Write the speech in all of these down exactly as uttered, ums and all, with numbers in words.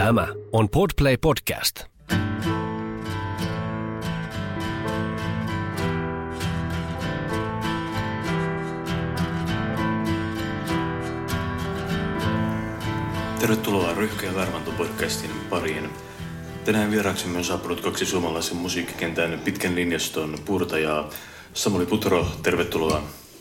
Tämä on Podplay Podcast. Tervetuloa Ryhkä ja Värmanto-podcastin pariin. Tänään vieraaksemme on saapunut kaksi suomalaisen musiikkikentän pitkän linjaston puurtajaa. Samuli Putro, tervetuloa.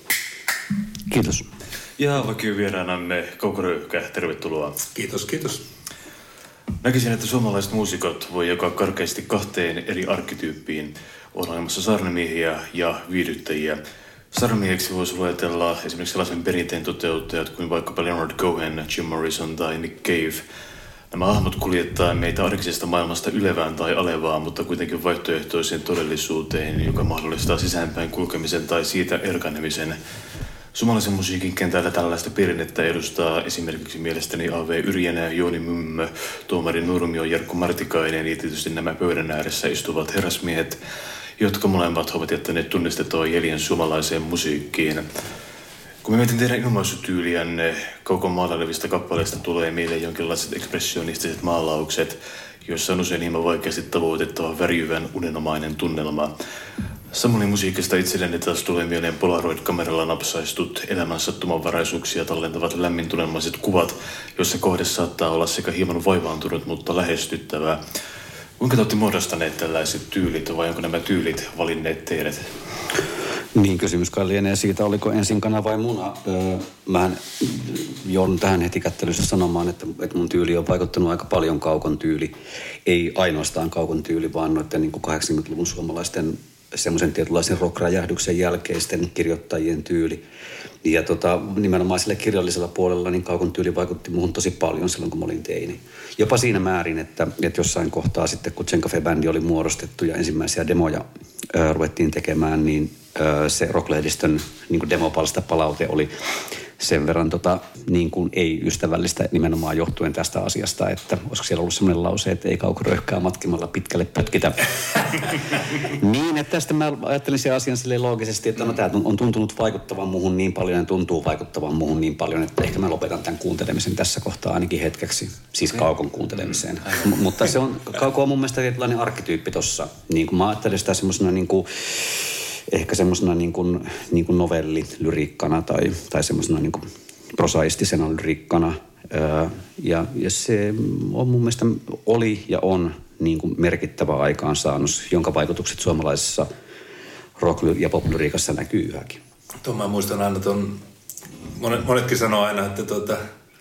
Kiitos. Ja vakiovieraanamme Kauko Röyhkä, tervetuloa. Kiitos, kiitos. Näkisin, että suomalaiset muusikot voi jakaa karkeasti kahteen eri arkkityyppiin. On olemassa saarnamiehiä ja viihdyttäjiä. Saarnamieheksi voisi luetella esimerkiksi sellaisen perinteen toteuttajat kuin vaikkapa Leonard Cohen, Jim Morrison tai Nick Cave. Nämä hahmot kuljettaa meitä arkisesta maailmasta ylevään tai alevaan, mutta kuitenkin vaihtoehtoiseen todellisuuteen, joka mahdollistaa sisäänpäin kulkemisen tai siitä erkanemisen. Suomalaisen musiikin kentällä tällaista perinnettä edustaa esimerkiksi mielestäni A V Yrjänä, Jouni Mymmö, Tuomari Nurmio, Jarkko Martikainen ja tietysti nämä pöydän ääressä istuvat herrasmiehet, jotka molemmat ovat jättäneet tunnistettua jäljen suomalaiseen musiikkiin. Kun me mietin teidän ilmaisutyyliänne, Kaukon maalailevista kappaleista tulee meille jonkinlaiset ekspressionistiset maalaukset, joissa on usein hieman vaikeasti tavoitettava värjyvän unenomainen tunnelma. Samulin musiikista itselleni taas tulee mieleen Polaroid-kameralla napsaistut elämän sattumanvaraisuuksia tallentavat lämmintunnelmaiset kuvat, joissa kohde saattaa olla sekä hieman vaivaantunut, mutta lähestyttävää. Kuinka te olette muodostaneet tällaiset tyylit, vai onko nämä tyylit valinneet teidät? Niin, kysymys kai lienee siitä, oliko ensin kana vai muna. Öö, mähän joudun tähän heti kättelyssä sanomaan, että, että mun tyyli on vaikuttanut aika paljon Kaukon tyyli. Ei ainoastaan Kaukon tyyli, vaan noiden niin kuin kahdeksankymmentäluvun suomalaisten semmoisen tietynlaisen rock-räjähdyksen jälkeisten kirjoittajien tyyli. Ja tota, nimenomaan sillä kirjallisella puolella niin Kaukon tyyli vaikutti muuhun tosi paljon silloin, kun mä olin teini. Jopa siinä määrin, että, että jossain kohtaa sitten, kun Tsenkafe-bändi oli muodostettu ja ensimmäisiä demoja ää, ruvettiin tekemään, niin ää, se rocklehdistön niin demopalsta palaute oli sen verran tota, niin kuin ei-ystävällistä nimenomaan johtuen tästä asiasta, että olisiko siellä ollut sellainen lause, että ei Kauko Röyhkää matkimalla pitkälle pötkitä. Niin, että tästä mä ajattelin sen asian silleen loogisesti, että no, tämä on tuntunut vaikuttavan muuhun niin paljon ja tuntuu vaikuttavan muuhun niin paljon, että ehkä mä lopetan tämän kuuntelemisen tässä kohtaa ainakin hetkeksi, siis Kaukon kuuntelemiseen. M- mutta se on, Kauko on mun mielestä tietynlainen arkkityyppi tossa. Niin kuin mä ajattelin sitä semmoisena niin kuin ehkä semmoisena niin kuin, niin kuin novellilyriikkana tai, tai semmoisena niin kuin prosaistisena lyriikkana. Öö, ja, ja se on mun mielestä oli ja on niin kuin merkittävä aikaansaannos, jonka vaikutukset suomalaisessa rock- ja pop-lyriikassa näkyy yhäkin. Tuon mä muistan aina tuon, monet, monetkin sanoo aina, että, tuota,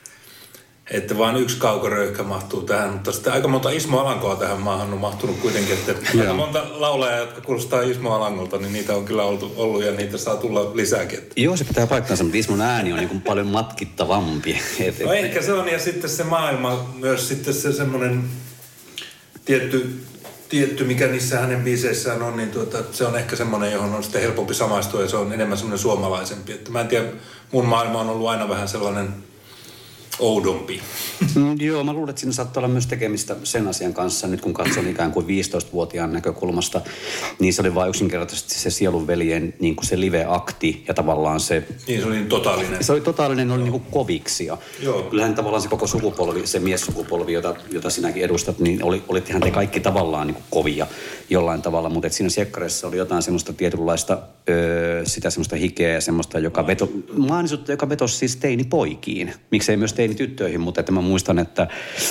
että vaan yksi Kauko Röyhkä mahtuu tähän, mutta sitten aika monta Ismo Alankoa tähän maahan on mahtunut kuitenkin, että aika monta laulajaa, jotka kuulostaa Ismo Alangolta, niin niitä on kyllä ollut, ollut ja niitä saa tulla lisääkin. Että. Joo, se pitää paikkansa, mutta Ismon ääni on niin kuin paljon matkittavampi. Et, no ehkä se on, ja sitten se maailma, myös sitten se semmoinen tietty, tietty mikä niissä hänen biiseissään on, niin tuota, se on ehkä semmoinen, johon on sitten helpompi samaistua ja se on enemmän semmoinen suomalaisempi. Että mä en tiedä, mun maailma on ollut aina vähän sellainen oudompi. Mm, joo, mä luulen, että siinä saattaa olla myös tekemistä sen asian kanssa, nyt kun katson ikään kuin viisitoistavuotiaan näkökulmasta, niin se oli vain yksinkertaisesti se sielunveljen niin kuin se live-akti ja tavallaan se. Niin, se oli niin totaalinen. Se oli totaalinen, oli niin kuin koviksia. Joo. Kyllähän tavallaan se koko sukupolvi, se miessukupolvi, jota, jota sinäkin edustat, niin oli, olittehan te kaikki tavallaan niin kuin kovia jollain tavalla, mutta siinä siekkareissa oli jotain semmoista tietynlaista, öö, sitä semmoista hikeä ja semmoista, joka veto, maanisuutta, joka vetosi siis teinipoikiin. Miksei myös teinityttöihin, mutta että mä muistan, että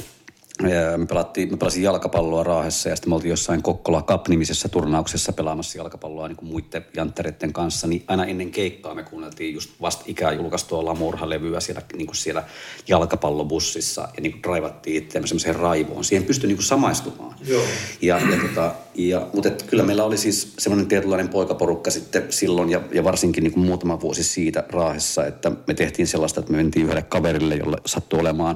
me, pelattiin, me pelasin jalkapalloa Raahessa ja sitten me oltiin jossain Kokkola Cup-nimisessä turnauksessa pelaamassa jalkapalloa niin kuin muiden janttereiden kanssa, niin aina ennen keikkaa me kuunneltiin just vasta ikään julkaistua Lamurha-levyä siellä, niin kuin siellä jalkapallobussissa ja niin kuin draivattiin itseämme semmoiseen raivoon. Siihen pystyi niin kuin samaistumaan. Joo. Ja, ja, tota, ja, mutta et kyllä meillä oli siis semmoinen tietynlainen poikaporukka sitten silloin ja, ja varsinkin niin kuin muutama vuosi siitä Raahessa, että me tehtiin sellaista, että me mentiin yhdelle kaverille, jolle sattui olemaan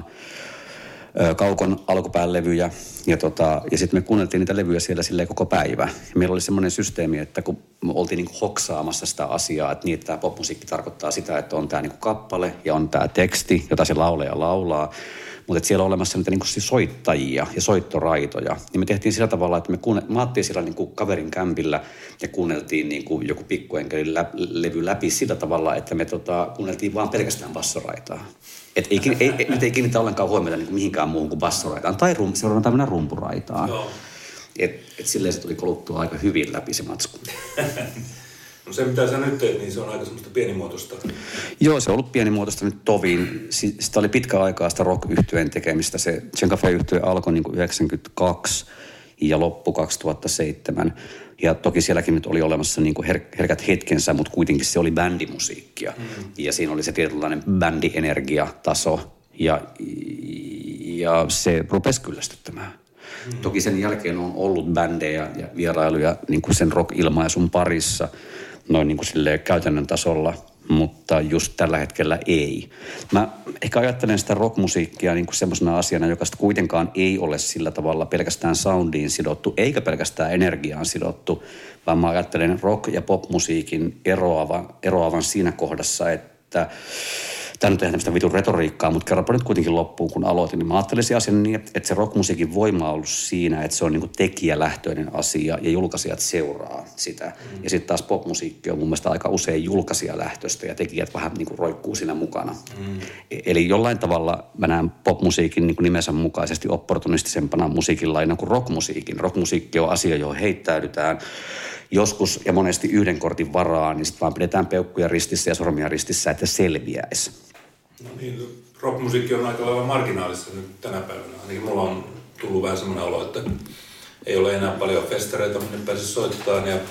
Kaukon alkupään levyjä ja, tota, ja sitten me kuunneltiin niitä levyjä siellä silleen koko päivä. Ja meillä oli semmoinen systeemi, että kun me oltiin niinku hoksaamassa sitä asiaa, että niin, että tämä popmusiikki tarkoittaa sitä, että on tämä niinku kappale ja on tämä teksti, jota se laulaja laulaa. Mutta siellä on olemassa niitä niin kuin siis soittajia ja soittoraitoja. Ja me tehtiin sillä tavalla, että me kuunne, maattiin siellä niin kuin kaverin kämpillä ja kuunneltiin niin kuin joku pikkuenkelin lä, levy läpi sillä tavalla, että me tota, kuunneltiin vaan pelkästään bassoraitaa. Että ei, ei, ei, nyt ei kiinnitä ollenkaan huomiota niin kuin mihinkään muuhun kuin bassoraitaan. Tai rum, seuraavana tämmöinen rumpuraitaan. Että et silleen se tuli koluttua aika hyvin läpi se matsku. No se, mitä sä nyt teet, niin se on aika semmoista pienimuotoista. Joo, se on ollut pienimuotoista nyt tovin. Sitä oli pitkä aikaa sitä rock-yhtyeen tekemistä. Se Gen Cafe-yhtye alkoi niin kuin yhdeksänkymmentäkaksi ja loppu kaksituhattaseitsemän. Ja toki sielläkin nyt oli olemassa niin kuin her- herkät hetkensä, mutta kuitenkin se oli bändimusiikkia. Mm-hmm. Ja siinä oli se tietynlainen bändienergiataso. Ja, ja se rupesi kyllästyttämään. Mm-hmm. Toki sen jälkeen on ollut bändejä ja vierailuja niin kuin sen rock-ilmaisun parissa noin niin kuin silleen käytännön tasolla, mutta just tällä hetkellä ei. Mä ehkä ajattelen sitä rockmusiikkia niin kuin semmoisena asiana, joka kuitenkaan ei ole sillä tavalla pelkästään soundiin sidottu, eikä pelkästään energiaan sidottu, vaan mä ajattelen rock- ja popmusiikin eroavan, eroavan siinä kohdassa, että tämä nyt on tämmöistä vitun retoriikkaa, mutta kerropa nyt kuitenkin loppuun, kun aloitin. Niin mä ajattelisin asian niin, että se rockmusiikin voima on ollut siinä, että se on niinku tekijälähtöinen asia ja julkaisijat seuraa sitä. Mm. Ja sitten taas popmusiikki on mun mielestä aika usein julkaisijalähtöistä ja tekijät vähän niinku roikkuu siinä mukana. Mm. Eli jollain tavalla mä näen popmusiikin niinku nimensä mukaisesti opportunistisempana musiikinlaina kuin rockmusiikin. Rockmusiikki on asia, johon heittäydytään joskus ja monesti yhden kortin varaan, niin sitten vaan pidetään peukkuja ristissä ja sormia ristissä, että selviäisi. No niin, rockmusiikki on aika lailla marginaalissa nyt tänä päivänä. Ainakin mulla on tullut vähän semmoinen olo, että ei ole enää paljon festareita, minne pääse soittamaan. Ja,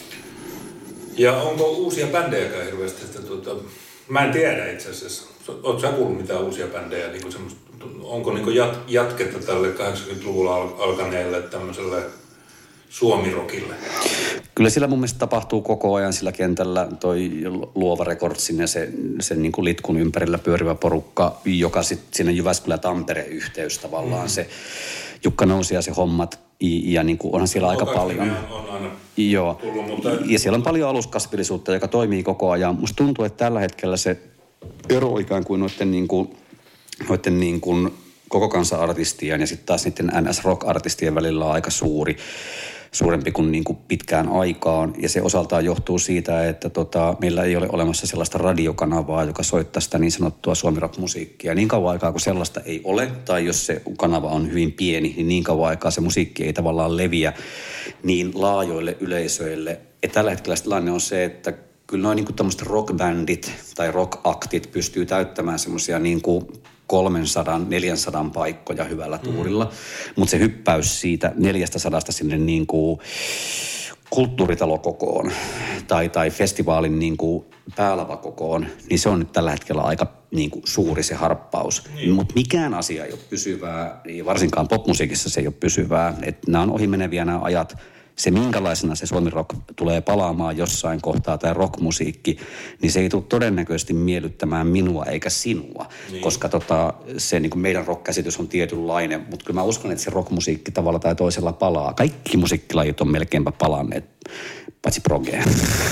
ja onko uusia bändejäkään hirveästi? Että tuota, mä en tiedä itse asiassa. Ootko sä kuullut mitään uusia bändejä? Niin onko niin jat, jatketta tälle kahdeksankymmentäluvulla alkaneelle tämmöiselle suomirokille? Kyllä sillä mun mielestä tapahtuu koko ajan sillä kentällä toi Luova Recordsin ja se, sen niin kuin litkun ympärillä pyörivä porukka, joka sitten siinä Jyväskylä-Tampere-yhteys tavallaan mm. se Jukka Nousi ja se hommat ja niin kuin onhan siellä no, aika paljon. On aina Joo. tullut, mutta... Ja siellä on paljon aluskasvillisuutta, joka toimii koko ajan. Musta tuntuu, että tällä hetkellä se ero ikään kuin noiden niin kuin, noiden niin kuin koko kansa-artistien ja sitten taas niiden N S-rock-artistien välillä on aika suuri. Suurempi kuin, niin kuin pitkään aikaan. Ja se osaltaan johtuu siitä, että tota, meillä ei ole olemassa sellaista radiokanavaa, joka soittaa sitä niin sanottua suomi-rock-musiikkia. Niin kauan aikaa, kun sellaista ei ole, tai jos se kanava on hyvin pieni, niin niin kauan aikaa se musiikki ei tavallaan leviä niin laajoille yleisöille. Ja tällä hetkellä tilanne on se, että kyllä noin niin kuin tämmöiset rockbändit tai rockaktit pystyy täyttämään semmoisia niin kuin kolmesataa neljäsataa paikkoja hyvällä tuurilla, mm. mutta se hyppäys siitä neljästäsadasta sinne niin kuin kulttuuritalokokoon tai, tai festivaalin niin kuin päälavakokoon, niin se on nyt tällä hetkellä aika niin kuin suuri se harppaus. Mm. Mutta mikään asia ei ole pysyvää, varsinkaan popmusiikissa se ei ole pysyvää. Että nämä on ohimeneviä nämä ajat. Se, minkälaisena se suomi-rock tulee palaamaan jossain kohtaa tai rockmusiikki, niin se ei tule todennäköisesti miellyttämään minua eikä sinua. Niin. Koska tota, se niin kuin meidän rock-käsitys on tietynlainen, mutta kyllä mä uskon, että se rockmusiikki tavalla tai toisella palaa. Kaikki musiikkilajit on melkeinpä palanneet, paitsi progea.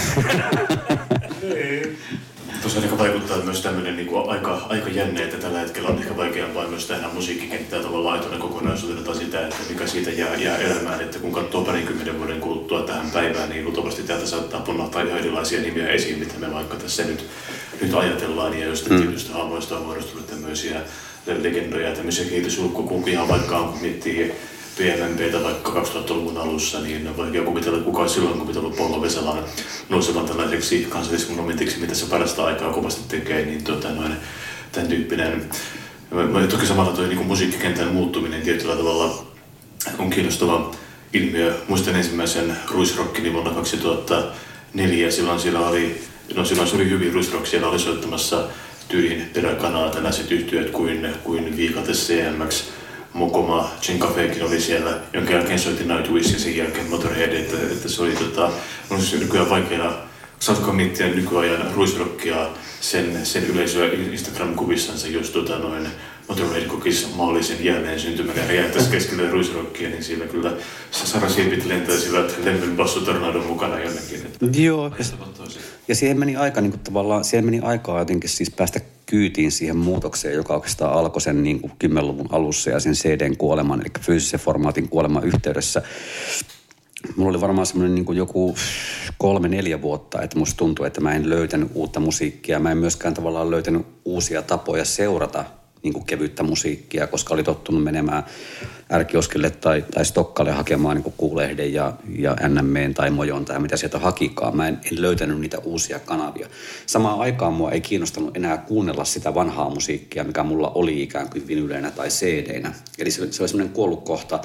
Tosiaan ehkä vaikuttaa myös tämmöinen niin kuin aika, aika jänne, että tällä hetkellä on ehkä vaikeampaa myös tehdä musiikkikenttää tavallaan aitona kokonaisuutena tai sitä, että mikä siitä jää, jää elämään. Että kun katsoo parinkymmenen vuoden kuluttua tähän päivään, niin luultavasti täältä saattaa punnahtaa ihan erilaisia nimiä esiin, mitä me vaikka tässä nyt, nyt ajatellaan. Ja josta mm. tietystä hahmoista on muodostunut tämmöisiä legendoja, tämmöisiä kehityskulkuja, vaikka on, kun miettii P M M P:tä vaikka kaksituhattaluvun alussa, niin on vaikea kuvitella, että kukaan silloin kuvitellut Pollo Vesalan nousevan tällaiseksi kansallismonumentiksi, mitä se parasta aikaa kovasti tekee, niin tuota, noin, tämän tyyppinen. Toki samalla tuo niin musiikkikentän muuttuminen tietyllä tavalla on kiinnostava ilmiö. Muistan ensimmäisen Ruisrockin vuonna kaksituhattaneljä, silloin siellä oli, no silloin se oli hyvin Ruisrock, siellä oli soittamassa tyyliin peräkanaa tällaiset yhtiöt kuin, kuin Viikate C M X, Mokoma, Gen Cafekin oli siellä, jonka jälkeen soitti Nightwish ja sen jälkeen Motorhead, että, että se oli tota, on siis nykyään vaikeaa, saatko miettiä nykyajan Ruisrockia sen, sen yleisöä Instagram-kuvissansa, jos tota noin Motorhead kokisi mahdollisen jälleen syntymän ja räjähtäisi keskelle Ruisrockia, niin siellä kyllä sarasiipit lentäisivät lemmyn bassotornadon mukana jonnekin. Joo, ja, ja siihen meni aika niin kuin tavallaan, siihen meni aikaa jotenkin siis päästä kyytiin siihen muutokseen, joka oikeastaan alkoi sen niin kuin kymmenluvun alussa ja sen C D:n kuoleman, eli fyysisen formaatin kuoleman yhteydessä. Mulla oli varmaan semmoinen niin kuin joku kolme, neljä vuotta, että musta tuntui, että mä en löytänyt uutta musiikkia. Mä en myöskään tavallaan löytänyt uusia tapoja seurata niin kuin kevyttä musiikkia, koska oli tottunut menemään R-kioskille tai, tai Stokkalle hakemaan niin kuin Kuulehden ja, ja N M E:n tai Mojon tai mitä sieltä hakikaan. Mä en, en löytänyt niitä uusia kanavia. Samaan aikaan mua ei kiinnostanut enää kuunnella sitä vanhaa musiikkia, mikä mulla oli ikään kuin vinyleinä tai C D:nä. Eli se, se oli semmoinen kuollut kohta.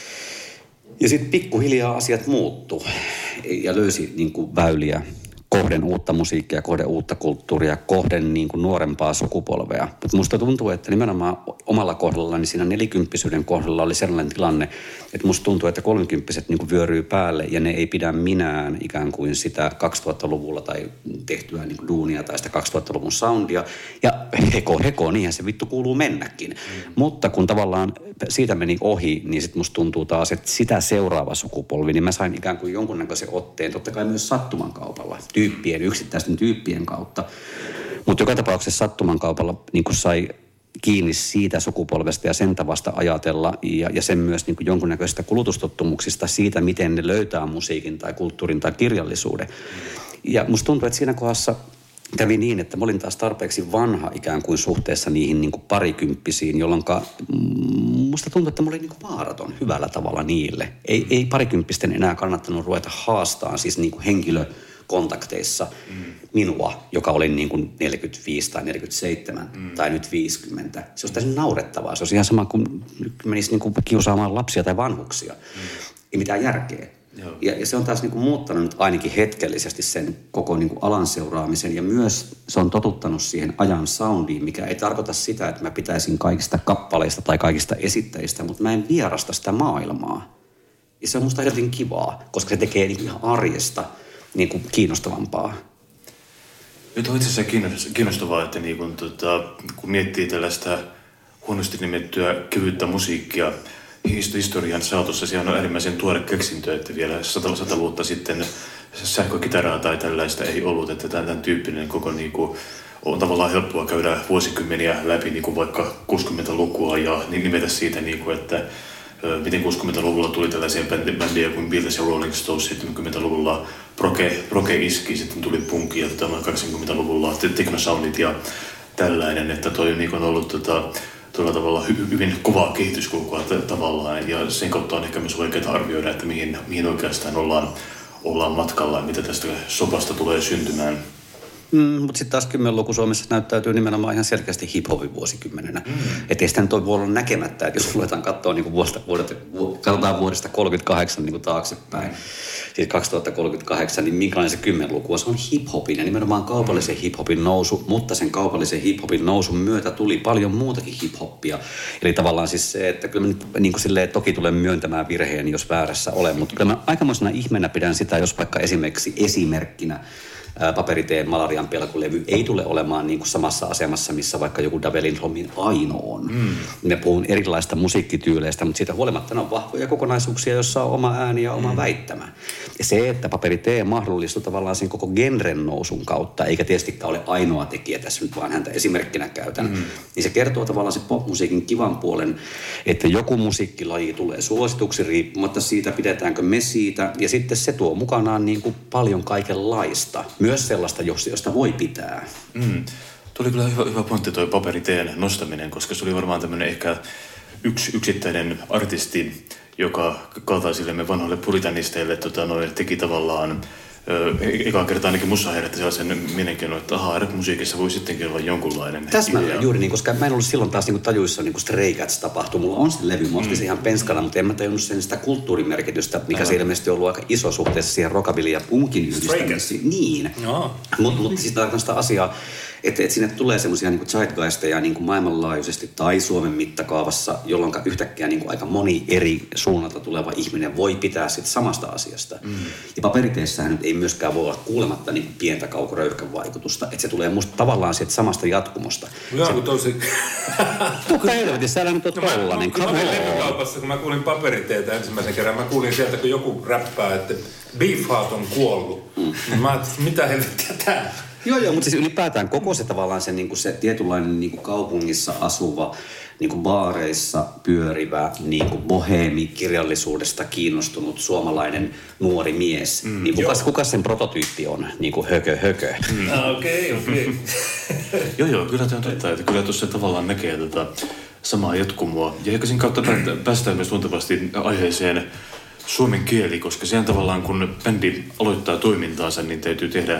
Ja sitten pikkuhiljaa asiat muuttu ja löysi niin kuin väyliä kohden uutta musiikkia, kohden uutta kulttuuria, kohden niin kuin nuorempaa sukupolvea. Mutta musta tuntuu, että nimenomaan omalla kohdallani siinä nelikymppisyyden kohdalla oli sellainen tilanne, että musta tuntuu, että kolmikymppiset niin kuin vyöryy päälle ja ne ei pidä minään ikään kuin sitä kaksituhattaluvulla tai tehtyä niin kuin duunia tai sitä kaksituhattaluvun soundia. Ja heko, heko, niinhän se vittu kuuluu mennäkin. Mm. Mutta kun tavallaan siitä meni ohi, niin sitten musta tuntuu taas, että sitä seuraava sukupolvi, niin mä sain ikään kuin jonkunnäköisen otteen, totta kai myös sattuman kaupalla, tyyppien, yksittäisten tyyppien kautta. Mutta joka tapauksessa sattuman kaupalla niin kuin sai kiinni siitä sukupolvesta ja sen tavasta ajatella ja, ja sen myös niin kuin jonkunnäköisistä kulutustottumuksista siitä, miten ne löytää musiikin tai kulttuurin tai kirjallisuuden. Ja musta tuntuu, että siinä kohdassa kävi niin, että mä olin taas tarpeeksi vanha ikään kuin suhteessa niihin niin kuin parikymppisiin, jolloin musta tuntui, että mä olin niin kuin vaaraton hyvällä tavalla niille. Ei, ei parikymppisten enää kannattanut ruveta haastaan siis niin kuin henkilökontakteissa mm. minua, joka oli niin kuin neljäkymmentäviisi tai neljäkymmentäseitsemän mm. tai nyt viisikymmentä. Se olisi täysin naurettavaa. Se olisi ihan sama kuin menisi niin kuin kiusaamaan lapsia tai vanhuksia. Mm. Ei mitään järkeä. Ja, ja se on taas niin kuin muuttanut nyt ainakin hetkellisesti sen koko niin kuin alan seuraamisen ja myös se on totuttanut siihen ajan soundiin, mikä ei tarkoita sitä, että mä pitäisin kaikista kappaleista tai kaikista esittäjistä, mutta mä en vierasta sitä maailmaa. Ja se on musta jotenkin kivaa, koska se tekee niin kuin ihan arjesta niin kuin kiinnostavampaa. Nyt on itse asiassa kiinnostavaa, että niin kun, tota, kun miettii tällaista huonosti nimettyä kevyttä musiikkia, historian saatossa siellä on äärimmäisen tuore keksintö, että vielä sata, sata vuotta sitten sähkökitaraa tai tällaista ei ollut, että tämän tyyppinen koko niin kuin, on tavallaan helppoa käydä vuosikymmeniä läpi niin kuin vaikka kuusikymmentälukua ja nimetä siitä, niin kuin, että miten kuusikymmentäluvulla tuli tällaisia bändejä kuin Beatles ja Rolling Stones, seitsemänkymmentäluvulla proge, proge iski, sitten tuli punkki ja tota, kahdeksankymmentäluvulla teknosoundit ja tällainen, että toi niin on ollut tota, tuolla tavalla hy- hyvin kovaa kehityskulkua t- tavallaan ja sen kautta on ehkä myös vaikeaa arvioida, että mihin, mihin oikeastaan ollaan, ollaan matkalla ja mitä tästä sopasta tulee syntymään. Mm, mutta sitten taas kymmenluku Suomessa näyttäytyy nimenomaan ihan selkeästi hip-hopin vuosikymmenenä. Mm. Että ei sitä nyt voi olla näkemättä, että jos ruvetaan katsoa niin vuodesta, vuodesta, katsotaan vuodesta kolmekymmentäkahdeksan niin taaksepäin, mm. siis kaksituhattakolmekymmentäkahdeksan, niin minkälainen se kymmenluku on? Se on hip-hopin ja nimenomaan kaupallisen mm. hip-hopin nousu, mutta sen kaupallisen hip-hopin nousun myötä tuli paljon muutakin hip-hoppia. Eli tavallaan siis se, että kyllä mä nyt niin kuin silleen, toki tulen myöntämään virheen, jos väärässä olen, mutta kyllä mä aikamoisena ihmeenä pidän sitä, jos vaikka esimerkiksi esimerkkinä Paperiteen Malarian pelkulevy ei tule olemaan niin kuin samassa asemassa, missä vaikka joku Dave Lindholmin Aino on. Mm. Ne puhun erilaista musiikkityyleistä, mutta siitä huolimatta ne on vahvoja kokonaisuuksia, joissa on oma ääni ja oma mm. väittämä. Ja se, että Paperiteen mahdollistui tavallaan sen koko genren nousun kautta, eikä tietystikään ole ainoa tekijä tässä nyt, vaan häntä esimerkkinä käytän, mm. niin se kertoo tavallaan se popmusiikin kivan puolen, että joku musiikkilaji tulee suosituksi riippumatta siitä, pidetäänkö me siitä, ja sitten se tuo mukanaan niin kuin paljon kaikenlaista. Myös sellaista, josta voi pitää. Mm. Tuli kyllä hyvä, hyvä pointti toi Paperiteen nostaminen, koska se oli varmaan tämmöinen ehkä yksi yksittäinen artisti, joka kaltaisillemme vanhoille puritanisteille tota, noin, teki tavallaan ekaa kertaa ainakin musta herätti sellaisen mielenkiinnon, että ahaa, rap-musiikissa voi sittenkin olla jonkunlainen täsmälleen juuri niin, koska mä en ollut silloin taas niin tajuissa niin kuin Stray Cats tapahtui. Mulla on se levy, mä ostin mm. ihan penskana, mutta en mä tajunnut sen sitä kulttuurimerkitystä, mikä se ilmeisesti on ollut aika iso suhteessa siihen rockabilly ja punkin yhdistämiseen. Niin. No. Mutta mut, siis tarkoitan sitä asiaa, että et sinne tulee semmoisia niin zeitgeisteja niin maailmanlaajuisesti tai Suomen mittakaavassa, jolloin yhtäkkiä niin aika moni eri suunnalta tuleva ihminen voi pitää sit samasta asiasta. Mm. Ja Paperiteessähän nyt ei myöskään voi olla kuulematta niin pientä kaukoröyhkän vaikutusta, että se tulee musta tavallaan sieltä samasta jatkumosta. Joo, kun tosi... Tukka helvetissä, älä nyt ole tollainen. Mä olin lentokaupassa, kun mä kuulin Paperiteetä ensimmäisen kerran, mä kuulin sieltä, kun joku räppää, että Beefheart on kuollut. Mm. Niin mä ajattelin, mitä helvettiä tää? Joo, joo, mutta siis ylipäätään koko se tavallaan se, niin kuin se tietynlainen niin kuin kaupungissa asuva, niin kuin baareissa pyörivä, niin kuin boheemi, kirjallisuudesta kiinnostunut suomalainen nuori mies. Mm, niin kuka, kuka sen prototyyppi on? Niin kuin hökö, hökö. Mm. Okei, okei. Joo, joo, kyllä tämä on totta, että kyllä tuossa tavallaan näkee tätä samaa jatkumoa. Ja ehkä sen kautta päästään myös luontevasti aiheeseen suomen kieli, koska sehän tavallaan kun bändi aloittaa toimintaansa, niin täytyy tehdä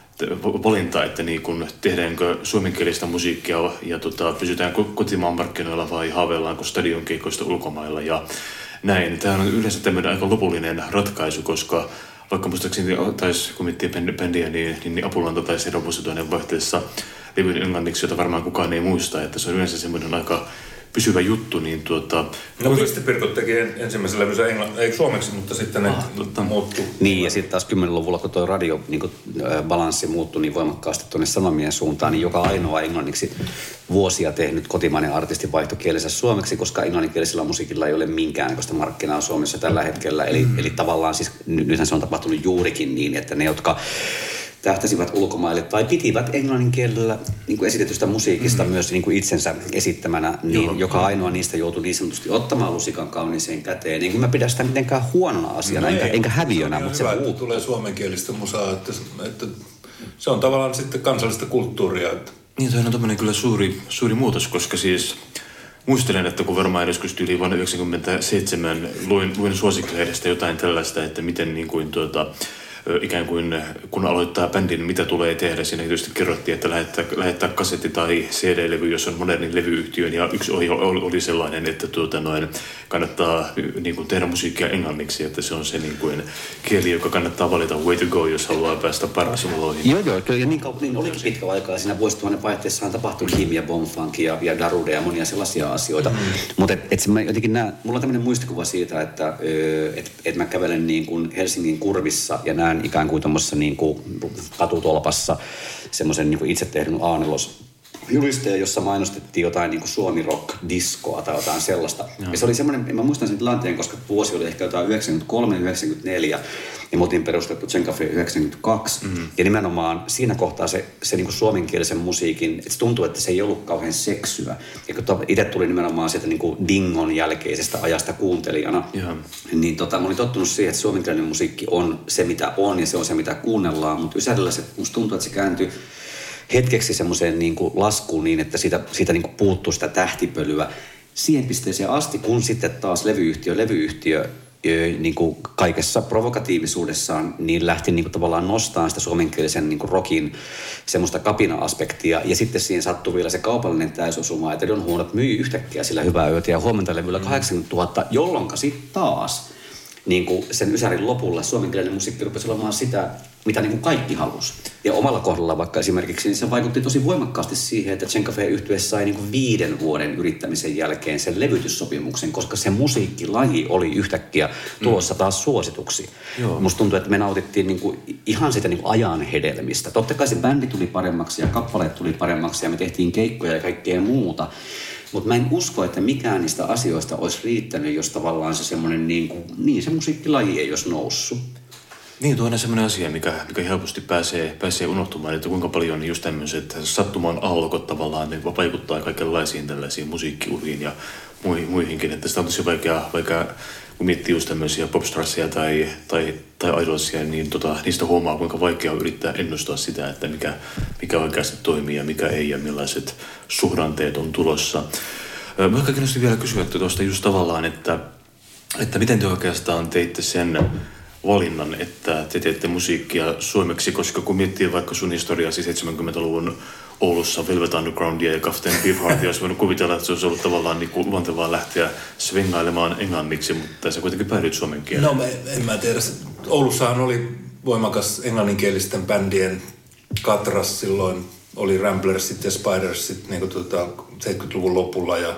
valinta, että niin kun tehdäänkö suomenkielistä musiikkia ja tota, pysytäänkö kotimaan markkinoilla vai haaveillaanko stadionkeikoista ulkomailla ja näin. Tämä on yleensä tämmöinen aika lopullinen ratkaisu, koska vaikka muistaakseni taisi, kun miettii bändiä, niin, niin Apulanta taisi Robosutoinen vaihteessa levyn englanniksi, jota varmaan kukaan ei muista, että se on yleensä semmoinen aika pysyvä juttu, niin tuota... No Pistepirkot teki ensimmäisen levynsä englann... ei suomeksi, mutta sitten ne ah, muuttui. Niin, ja sitten taas kymmenluvulla, kun tuo radio niin kun, ä, balanssi muuttui niin voimakkaasti tuonne sanomien suuntaan, niin joka ainoa englanniksi vuosia tehnyt kotimainen artisti vaihtoi kielensä suomeksi, koska englanninkielisellä musiikilla ei ole minkäännäköistä markkinaa Suomessa tällä hetkellä. Eli, mm. eli tavallaan siis, nythän se on tapahtunut juurikin niin, että ne, jotka tähtäsivät ulkomaille tai pitivät englannin kielellä niin kuin esitetystä musiikista mm. myös niin kuin itsensä esittämänä, niin Joo, joka ainoa niistä joutui niin sanotusti ottamaan lusikan kauniiseen käteen. Niin kuin mä pidän sitä mitenkään huonona asiana, no enkä, enkä häviönä, se mutta hyvä, se että tulee suomenkielistä musaa, että, että se on tavallaan sitten kansallista kulttuuria. Että. Niin, toi on tämmöinen kyllä suuri, suuri muutos, koska siis muistelen, että kun varmaan joskus tyyliin vuonna yhdeksänkymmentäseitsemän luin, luin suosikkilehdestä jotain tällaista, että miten niin kuin tuota... ikään kuin kun aloittaa bändin, mitä tulee tehdä. Siinä tietysti kerrottiin, että lähettää, lähettää kasetti tai C D-levy, jos on modernin levyyhtiön. Ja yksi ohje oli sellainen, että tuota noin, kannattaa niin kuin tehdä musiikkia englanniksi, että se on se niin kuin kieli, joka kannattaa valita way to go, jos haluaa päästä parasoloihin. Joo, joo, kyllä. Ja niin, kauan, niin olikin pitkä aikaa. Siinä vuosituhannen vaihteessahan tapahtui Kim ja Bonfunk ja, ja Darude ja monia sellaisia asioita. Mm. Mutta et, et mä jotenkin näen, mulla on tämmöinen muistikuva siitä, että et, et mä kävelen niin kuin Helsingin kurvissa ja näen ikään kuin tuommoisessa niin kuin katutolpassa semmoisen niin kuin itse tehdyn A neljä julisteen, jossa mainostettiin jotain niin kuin suomi-rock-diskoa tai jotain sellaista. Ja. ja se oli semmoinen, mä muistan sen tilanteen, koska vuosi oli ehkä jotain yhdeksänkymmentäkolme yhdeksänkymmentäneljä ja me oltiin perustettu Zen Cafe yhdeksänkymmentäkaksi. Mm-hmm. Ja nimenomaan siinä kohtaa se, se niin kuin suomenkielisen musiikin, että se tuntuu, että se ei ollut kauhean seksyä. Ja kun itse tuli nimenomaan sieltä niin kuin dingon jälkeisestä ajasta kuuntelijana, yeah. niin tota, mä olin tottunut siihen, että suomenkielinen musiikki on se, mitä on ja se on se, mitä kuunnellaan. Mutta Ysärillä se, musta tuntuu, että se kääntyi hetkeksi semmoiseen niin kuin laskuun niin, että siitä, siitä niin kuin puuttuu sitä tähtipölyä siihen pisteeseen asti, kun sitten taas levyyhtiö, levyyhtiö niin kuin kaikessa provokatiivisuudessaan niin lähti niin kuin tavallaan nostamaan sitä suomenkielisen niin kuin rockin semmoista kapina-aspektia ja sitten siihen sattui vielä se kaupallinen täysosuma, että on huonot myy yhtäkkiä sillä hyvää yötä ja huomenta levyllä kahdeksankymmentätuhatta, jolloinka sitten taas niin kuin sen Ysärin lopulla suomenkielinen musiikki rupesi olemaan sitä, mitä niin kuin kaikki halusi. Ja omalla kohdalla vaikka esimerkiksi, niin se vaikutti tosi voimakkaasti siihen, että Zen Cafe-yhtye sai niin kuin viiden vuoden yrittämisen jälkeen sen levytyssopimuksen, koska se musiikkilaji oli yhtäkkiä tulossa taas suosituksi. Joo. Musta tuntuu, että me nautittiin niin kuin ihan sitä niin kuin ajan hedelmistä. Totta kai se bändi tuli paremmaksi ja kappaleet tuli paremmaksi ja me tehtiin keikkoja ja kaikkea muuta. Mutta mä en usko, että mikään niistä asioista olisi riittänyt, jos tavallaan se semmoinen niin kuin, niin se musiikkilaji ei olisi noussut. Niin, tuo on semmoinen asia, mikä, mikä helposti pääsee, pääsee unohtumaan, että kuinka paljon just tämmöiset sattuman aallokot tavallaan ne vaikuttaa kaikenlaisiin tällaisiin musiikkiuriin ja muihinkin. Että sitä on tosi vaikea, vaikea kun miettii just tämmöisiä popstarsia tai, tai, tai idolsia, niin tota, niistä huomaa, kuinka vaikea on yrittää ennustaa sitä, että mikä, mikä oikeasti toimii ja mikä ei ja millaiset suhdanteet on tulossa. Mä ehkä kiinnostin vielä kysyä tuosta just tavallaan, että, että miten te oikeastaan teitte sen valinnan, että te teette musiikkia suomeksi, koska kun miettii vaikka sun historiaa, siis seitsemänkymmentäluvun Oulussa Velvet Undergroundia ja Captain Beefheartia, olisi voinut kuvitella, että se olisi ollut tavallaan niin kuin luontevaa lähteä swingailemaan englanniksi, mutta sä kuitenkin päädyit suomen kieleen. No en mä tiedä. Oulussahan oli voimakas englanninkielisten bändien katras silloin. Oli Ramblersit ja Spidersit niin kuin tuota seitsemänkymmentäluvun lopulla. Ja,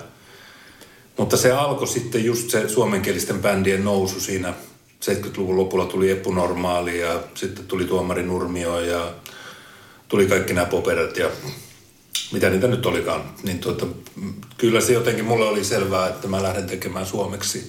mutta se alkoi sitten just se suomenkielisten bändien nousu siinä. seitsemänkymmentäluvun lopulla tuli Eppu Normaali ja sitten tuli Tuomari Nurmio ja tuli kaikki nämä poperat ja mitä niitä nyt olikaan. Niin tuota, kyllä se jotenkin mulle oli selvää, että mä lähden tekemään suomeksi.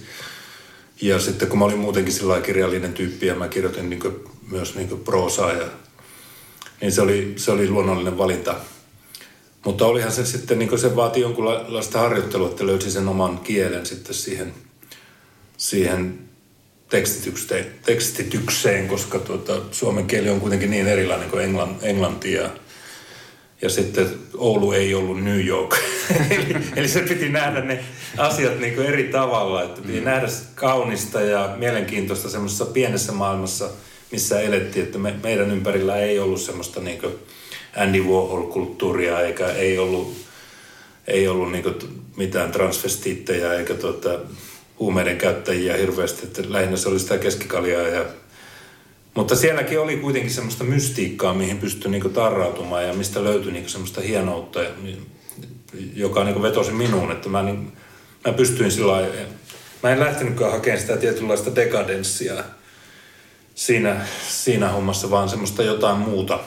Ja sitten kun mä olin muutenkin sellainen kirjallinen tyyppi ja mä kirjoitin niin kuin, myös niin kuin proosaa ja niin se oli, se oli luonnollinen valinta. Mutta olihan se sitten, niin se vaati jonkunlaista harjoittelua, että löysi sen oman kielen sitten siihen, siihen tekstitykseen, tekstitykseen, koska tuota, suomen kieli on kuitenkin niin erilainen kuin englann, englanti ja, ja sitten Oulu ei ollut New York. eli, eli se piti nähdä ne asiat niin kuin eri tavalla, että piti mm. nähdä kaunista ja mielenkiintoista semmoisessa pienessä maailmassa, missä elettiin, että me, meidän ympärillä ei ollut semmoista niin kuin Andy Warhol-kulttuuria, eikä ei ollut, ei ollut niin kuin mitään transvestiittejä eikä tuota, huumeiden käyttäjiä hirveästi, että lähinnä se oli sitä keskikaljaa. Ja, mutta sielläkin oli kuitenkin semmoista mystiikkaa, mihin pystyi niin kuin tarrautumaan ja mistä löytyi niin kuin semmoista hienoutta, joka niin kuin vetosi minuun, että mä, niin, mä pystyin sillä lailla, mä en lähtenytkään hakemaan sitä tietynlaista dekadenssia siinä, siinä hommassa, vaan semmoista jotain muuta,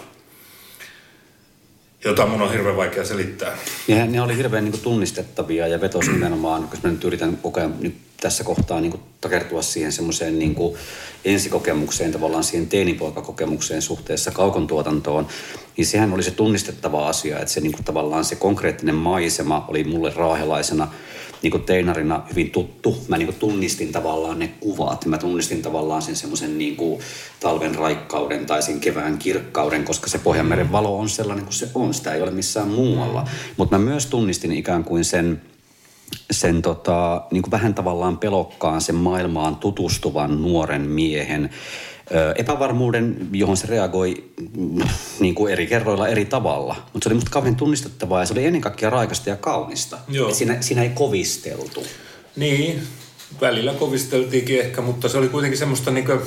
jota mun on hirveän vaikea selittää. Ja ne oli hirveän niin kuin tunnistettavia ja vetosi nimenomaan, koska mä nyt yritän koko ajan nyt tässä kohtaa niin kuin takertua siihen semmoiseen niin kuin ensikokemukseen, tavallaan siihen teinipoikakokemukseen suhteessa kaukon tuotantoon, niin sehän oli se tunnistettava asia, että se niin kuin tavallaan se konkreettinen maisema oli mulle raahelaisena niin kuin teinarina hyvin tuttu. Mä niin kuin tunnistin tavallaan ne kuvat. Mä tunnistin tavallaan sen semmoisen niin kuin talven raikkauden tai sen kevään kirkkauden, koska se Pohjanmeren valo on sellainen kuin se on. Sitä ei ole missään muualla. Mutta mä myös tunnistin ikään kuin sen, sen tota, niin kuin vähän tavallaan pelokkaan sen maailmaan tutustuvan nuoren miehen ö, epävarmuuden, johon se reagoi niin kuin eri kerroilla eri tavalla. Mutta se oli musta kauhean tunnistettavaa ja se oli ennen kaikkea raikasta ja kaunista. Siinä, siinä ei kovisteltu. Niin, välillä kovisteltiinkin ehkä, mutta se oli kuitenkin semmoista niinku...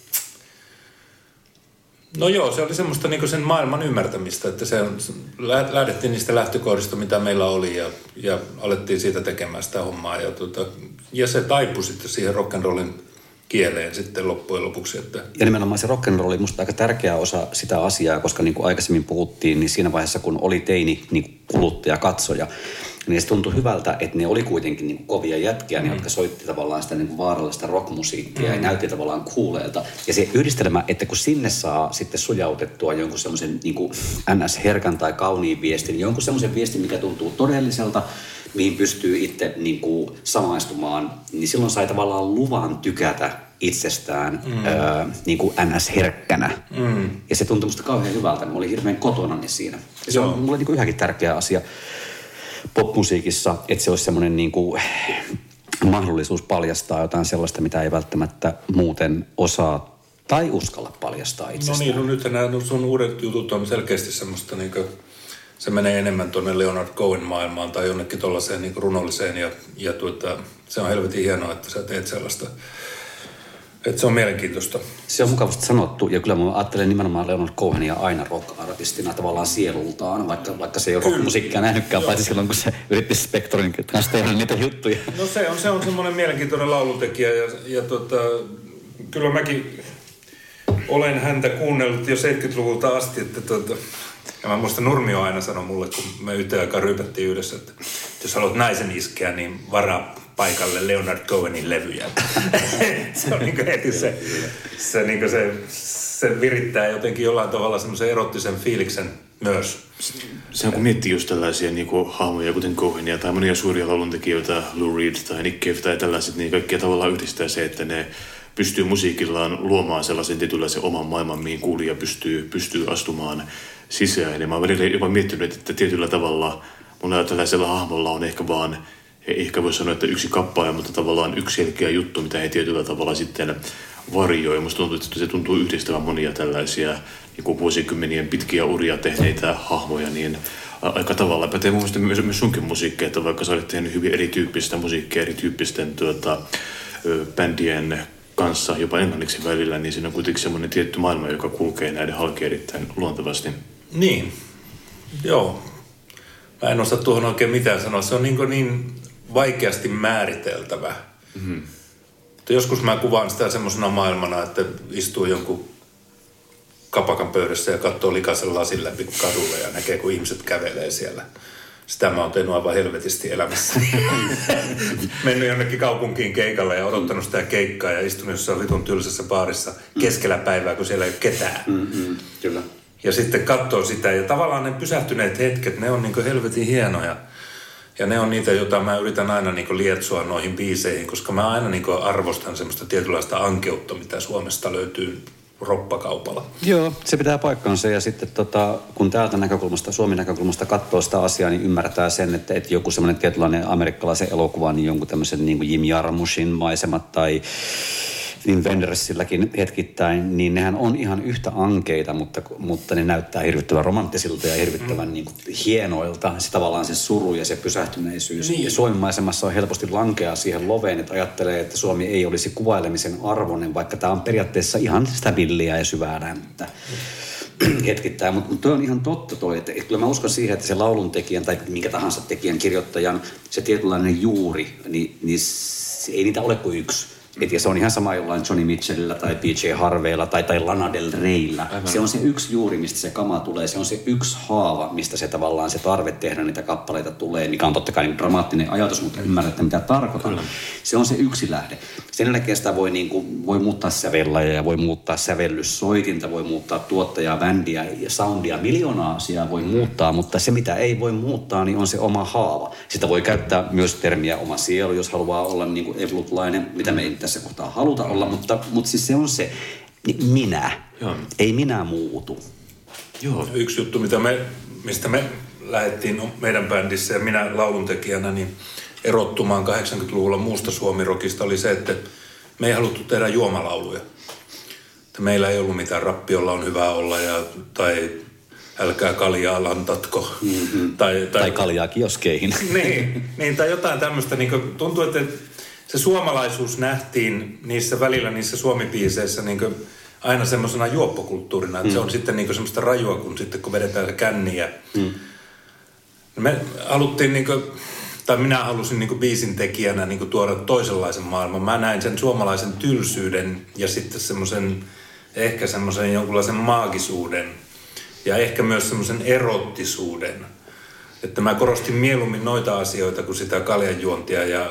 No joo, se oli semmoista niinku sen maailman ymmärtämistä, että se lähdettiin niistä lähtökohdista, mitä meillä oli ja, ja alettiin siitä tekemään sitä hommaa. Ja, tuota, ja se taipui sitten siihen rock'n'rollin kieleen sitten loppujen lopuksi. Että... Ja nimenomaan se rock'n'roll oli musta aika tärkeä osa sitä asiaa, koska niin kuin aikaisemmin puhuttiin, niin siinä vaiheessa kun oli teini niin kuluttaja, katsoja, niin se tuntui hyvältä, että ne oli kuitenkin niin kuin kovia jätkiä, mm. jotka soitti tavallaan sitä niin kuin vaarallista rockmusiikkia mm. ja näytti tavallaan kuuleelta. Ja se yhdistelmä, että kun sinne saa sitten sujautettua jonkun semmoisen niin kuin N S-herkän tai kauniin viestin, jonkun semmoisen viestin, mikä tuntuu todelliselta, mihin pystyy itse niin kuin samaistumaan, niin silloin sai tavallaan luvan tykätä itsestään mm. öö, niin kuin N S-herkkänä. Mm. Ja se tuntui musta kauhean hyvältä. Mä olin hirveän kotonani siinä. Ja se on mulle niin kuin yhäkin tärkeä asia popmusiikissa, että se olisi semmoinen niin kuin mahdollisuus paljastaa jotain sellaista, mitä ei välttämättä muuten osaa tai uskalla paljastaa itsestään. No niin, no nyt nämä sun uudet jutut on selkeästi semmoista niin kuin, se menee enemmän tuonne Leonard Cohen maailmaan tai jonnekin tuollaiseen niin runolliseen ja, ja tuota, se on helvetin hienoa, että sä teet sellaista. Että se on mielenkiintoista. Se on mukavasti sanottu, ja kyllä mä ajattelen nimenomaan Leonard Cohenia aina rock-artistina tavallaan sielultaan, vaikka, vaikka se ei ole rock-musiikkia nähnytkään, paitsi silloin kun se yritti Spectorin kanssa tehdä niitä juttuja. No se on, se on semmoinen mielenkiintoinen laulutekijä, ja, ja tota, kyllä mäkin olen häntä kuunnellut jo seitsemänkymmentäluvulta asti, että tota, ja mä muistan Nurmio aina sanoi mulle, kun me yhteen aikaan ryypättiin yhdessä, että jos haluat naisen iskeä, niin varaa paikalle Leonard Cohenin levyjä. Se on niin kuin heti se, se, niin kuin se, se virittää jotenkin jollain tavalla semmoisen erottisen fiiliksen myös. Se on kun miettii just tällaisia niin kuin hahmoja, kuten Cohenia tai monia suuria lauluntekijöitä, Lou Reed tai Nick Cave tai tällaiset, niin kaikkia tavallaan yhdistää se, että ne pystyy musiikillaan luomaan sellaisen tietynlaisen oman maailman, mihin kuulija pystyy, pystyy astumaan sisään. Ja mä oon välillä jopa miettinyt, että tietyllä tavalla mulla tällaisella hahmolla on ehkä vaan, ehkä voi sanoa, että yksi kappale, mutta tavallaan yksi selkeä juttu, mitä he tietyllä tavalla sitten varjoi. Musta tuntuu, että se tuntuu yhdistävän monia tällaisia niin kuin vuosikymmenien pitkiä uria tehneitä hahmoja, niin aika tavalla pätee mun mielestä myös, myös sunkin musiikkia, että vaikka sä olet tehnyt hyvin erityyppistä musiikkia, erityyppisten tuota, bändien kanssa, jopa englanniksi välillä, niin siinä on kuitenkin semmoinen tietty maailma, joka kulkee näiden halki erittäin luontevasti. Niin, joo. Mä en osaa tuohon oikein mitään sanoa. Se on niin, niin vaikeasti määriteltävä. Mm-hmm. Joskus mä kuvaan sitä semmoisena maailmana, että istuu jonkun kapakan pöydässä ja katsoo likaisen lasin läpi kadulle ja näkee, kun ihmiset kävelee siellä. Sitä mä oon tehnyt aivan helvetisti elämässä. Mennyt jonnekin kaupunkiin keikalle ja odottanut sitä keikkaa ja istunut jossain vitun tylsässä baarissa keskellä päivää, kun siellä ei ole ketään. Mm-hmm. Kyllä. ja sitten katsoo sitä. Ja tavallaan ne pysähtyneet hetket, ne on niin kuin helvetin hienoja. Ja ne on niitä, joita mä yritän aina niin kuin lietsoa noihin biiseihin, koska mä aina niin kuin arvostan semmoista tietynlaista ankeutta, mitä Suomesta löytyy roppakaupalla. Joo, se pitää paikkansa ja sitten tota, kun täältä näkökulmasta, Suomen näkökulmasta katsoo sitä asiaa, niin ymmärtää sen, että, että joku semmoinen tietynlainen amerikkalaisen elokuva, niin jonkun tämmöisen niin kuin Jim Jarmushin maisemat tai niin Wendersilläkin hetkittäin, niin nehän on ihan yhtä ankeita, mutta, mutta ne näyttää hirvittävän romanttisilta ja hirvittävän mm. niin kuin hienoilta. Se tavallaan se suru ja se pysähtyneisyys. Niin. Ja Suomen maisemassa on helposti lankea siihen loveen, että ajattelee, että Suomi ei olisi kuvailemisen arvoinen, vaikka tämä on periaatteessa ihan sitä villiä ja syvää näyttä. Mm. hetkittäin, mutta mut toi on ihan totta toi, että et kyllä mä uskon siihen, että se laulun tekijän tai minkä tahansa tekijän kirjoittajan, se tietynlainen juuri, niin, niin se, ei niitä ole kuin yksi. Et ja se on ihan sama jollain Johnny Mitchellillä tai P J Harveylla tai, tai Lana Del Reyllä. Aivan. Se on se yksi juuri, mistä se kama tulee. Se on se yksi haava, mistä se tavallaan se tarve tehdä niitä kappaleita tulee, mikä on totta kai niin dramaattinen ajatus, mutta ymmärrätte mitä tarkoitan. Kyllä. Se on se yksi lähde. Sen jälkeen sitä voi, niin kuin, voi muuttaa sävellaja, voi muuttaa sävellyssoitinta, voi muuttaa tuottajaa, bändiä ja soundia. Miljoonaa asiaa voi muuttaa, mutta se mitä ei voi muuttaa, niin on se oma haava. Sitä voi käyttää myös termiä oma sielu, jos haluaa olla niin kuin evolutlainen, mitä me ei tässä kohtaa haluta olla, mutta, mutta siis se on se minä. Joo. Ei minä muutu. Joo. Yksi juttu, mitä me, mistä me lähdettiin meidän bändissä ja minä lauluntekijänä niin erottumaan kahdeksankymmentäluvulla muusta suomirokista oli se, että me ei haluttu tehdä juomalauluja. Että meillä ei ollut mitään rappiolla on hyvä olla ja, tai älkää kaljaa lantatko. Mm-hmm. Tai, tai, tai kaljaa kioskeihin. Niin, niin, tai jotain tämmöistä. Niin tuntuu, että se suomalaisuus nähtiin niissä välillä niissä suomibiiseissä niin aina semmoisena juoppokulttuurina. Että mm. se on sitten niin semmoista rajua, kun sitten kun vedetään se känniä. Mm. Me haluttiin, niin kuin, tai minä halusin niin biisin tekijänä niin tuoda toisenlaisen maailman. Mä näin sen suomalaisen tylsyyden ja sitten semmoisen, ehkä semmoisen jonkunlaisen maagisuuden ja ehkä myös semmoisen erottisuuden. Että mä korostin mieluummin noita asioita kuin sitä kaljanjuontia ja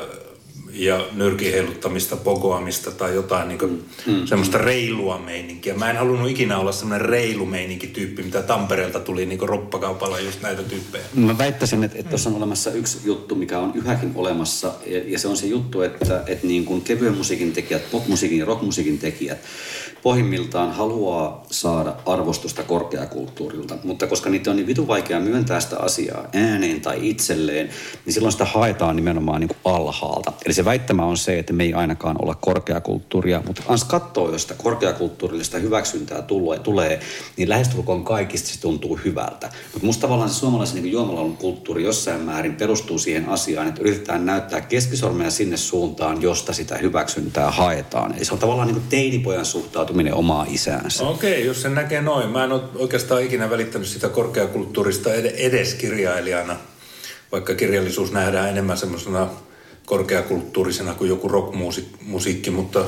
ja nyrkin heiluttamista, pogoamista tai jotain niin kuin mm. semmoista reilua meininkiä. Mä en halunnut ikinä olla semmoinen reilu meininki-tyyppi, mitä Tampereelta tuli niin kuin roppakaupalla just näitä tyyppejä. Mä väittäisin, että tuossa on olemassa yksi juttu, mikä on yhäkin olemassa, ja, ja se on se juttu, että, että niin kuin kevyen musiikin tekijät, popmusiikin ja rockmusiikin tekijät pohjimmiltaan haluaa saada arvostusta korkeakulttuurilta, mutta koska niitä on niin vitun vaikea myöntää sitä asiaa ääneen tai itselleen, niin silloin sitä haetaan nimenomaan niin kuin alhaalta. Eli se väittämä on se, että me ei ainakaan olla korkeakulttuuria, mutta ans katsoo, jos sitä korkeakulttuurillista hyväksyntää tulee, niin lähestulkoon kaikista se tuntuu hyvältä. Mutta musta tavallaan se suomalaisen niin juomalaulun kulttuuri jossain määrin perustuu siihen asiaan, että yritetään näyttää keskisormea sinne suuntaan, josta sitä hyväksyntää haetaan. Eli se on tavallaan niin kuin teinipojan suhtautuminen omaa isäänsä. Okei, okay, jos sen näkee noin. Mä en ole oikeastaan ikinä välittänyt sitä korkeakulttuurista edes kirjailijana, vaikka kirjallisuus nähdään enemmän semmoisena korkeakulttuurisena kuin joku rockmusiikki, mutta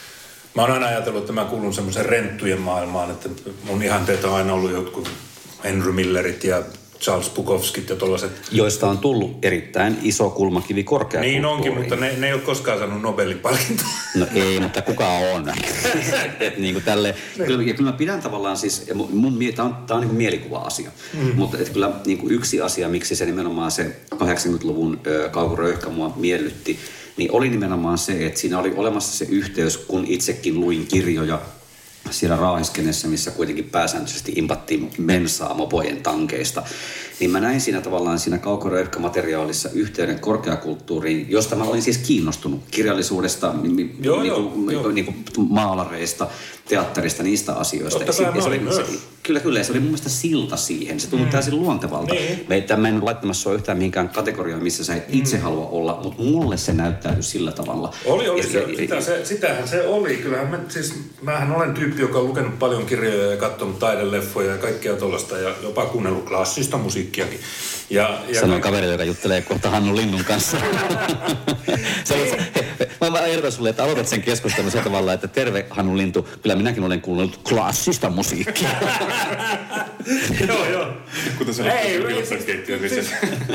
mä oon aina ajatellut, että mä kuulun semmoisen renttujen maailmaan, että mun ihanteet on aina ollut jotkut Henry Millerit ja Charles Bukowskit ja tollaiset. Joista on tullut erittäin iso kulmakivi korkeakulttuuriin. Niin onkin, mutta ne, ne ei ole koskaan saanut Nobelin palkintoa. No ei, mutta kuka on? Et niin kuin tälle, kyllä, ja kyllä mä pidän tavallaan siis, mun, tää on, tää on niin kuin mielikuva-asia, mm. mutta et kyllä niin kuin yksi asia, miksi se nimenomaan se kahdeksankymmentäluvun kauhuröyhkä mua miellytti, niin oli nimenomaan se, että siinä oli olemassa se yhteys, kun itsekin luin kirjoja siellä raahiskenessä, missä kuitenkin pääsääntöisesti impattiin bensaa mopojen tankeista, niin mä näin siinä tavallaan siinä kaukoröyhkämateriaalissa yhteyden korkeakulttuuriin, josta mä olin siis kiinnostunut kirjallisuudesta, ni, joo, ni, joo, ni, joo. Ni, maalareista, teatterista, niistä asioista. Ja se oli, se, kyllä, kyllä. Se oli mun mielestä silta siihen. Se tuntui mm. täysin luontevalta. Niin. Meitä mä en ole laittamassa sua yhtään mihinkään kategoriaan, missä sä et itse mm. halua olla, mutta mulle se näyttäytyi sillä tavalla. Oli, oli. Ja, se, ja, sitä, se, sitähän se oli. Kyllähän mä, siis, mähän olen tyyppi, joka on lukenut paljon kirjoja ja katsonut taideleffoja ja kaikkea tollaista ja jopa kuunnellut klassista musiikkiakin. Ja, ja Sanoin kaikki... kaverille, joka juttelee kohta Hannu Linnun kanssa. se, mä mä ehdotan sulle, että aloitat sen keskustelun sillä tavalla, että terve Hannu Lintu, kyllä minäkin olen kuunnellut klassista musiikkia. Joo, joo. Kuten se oli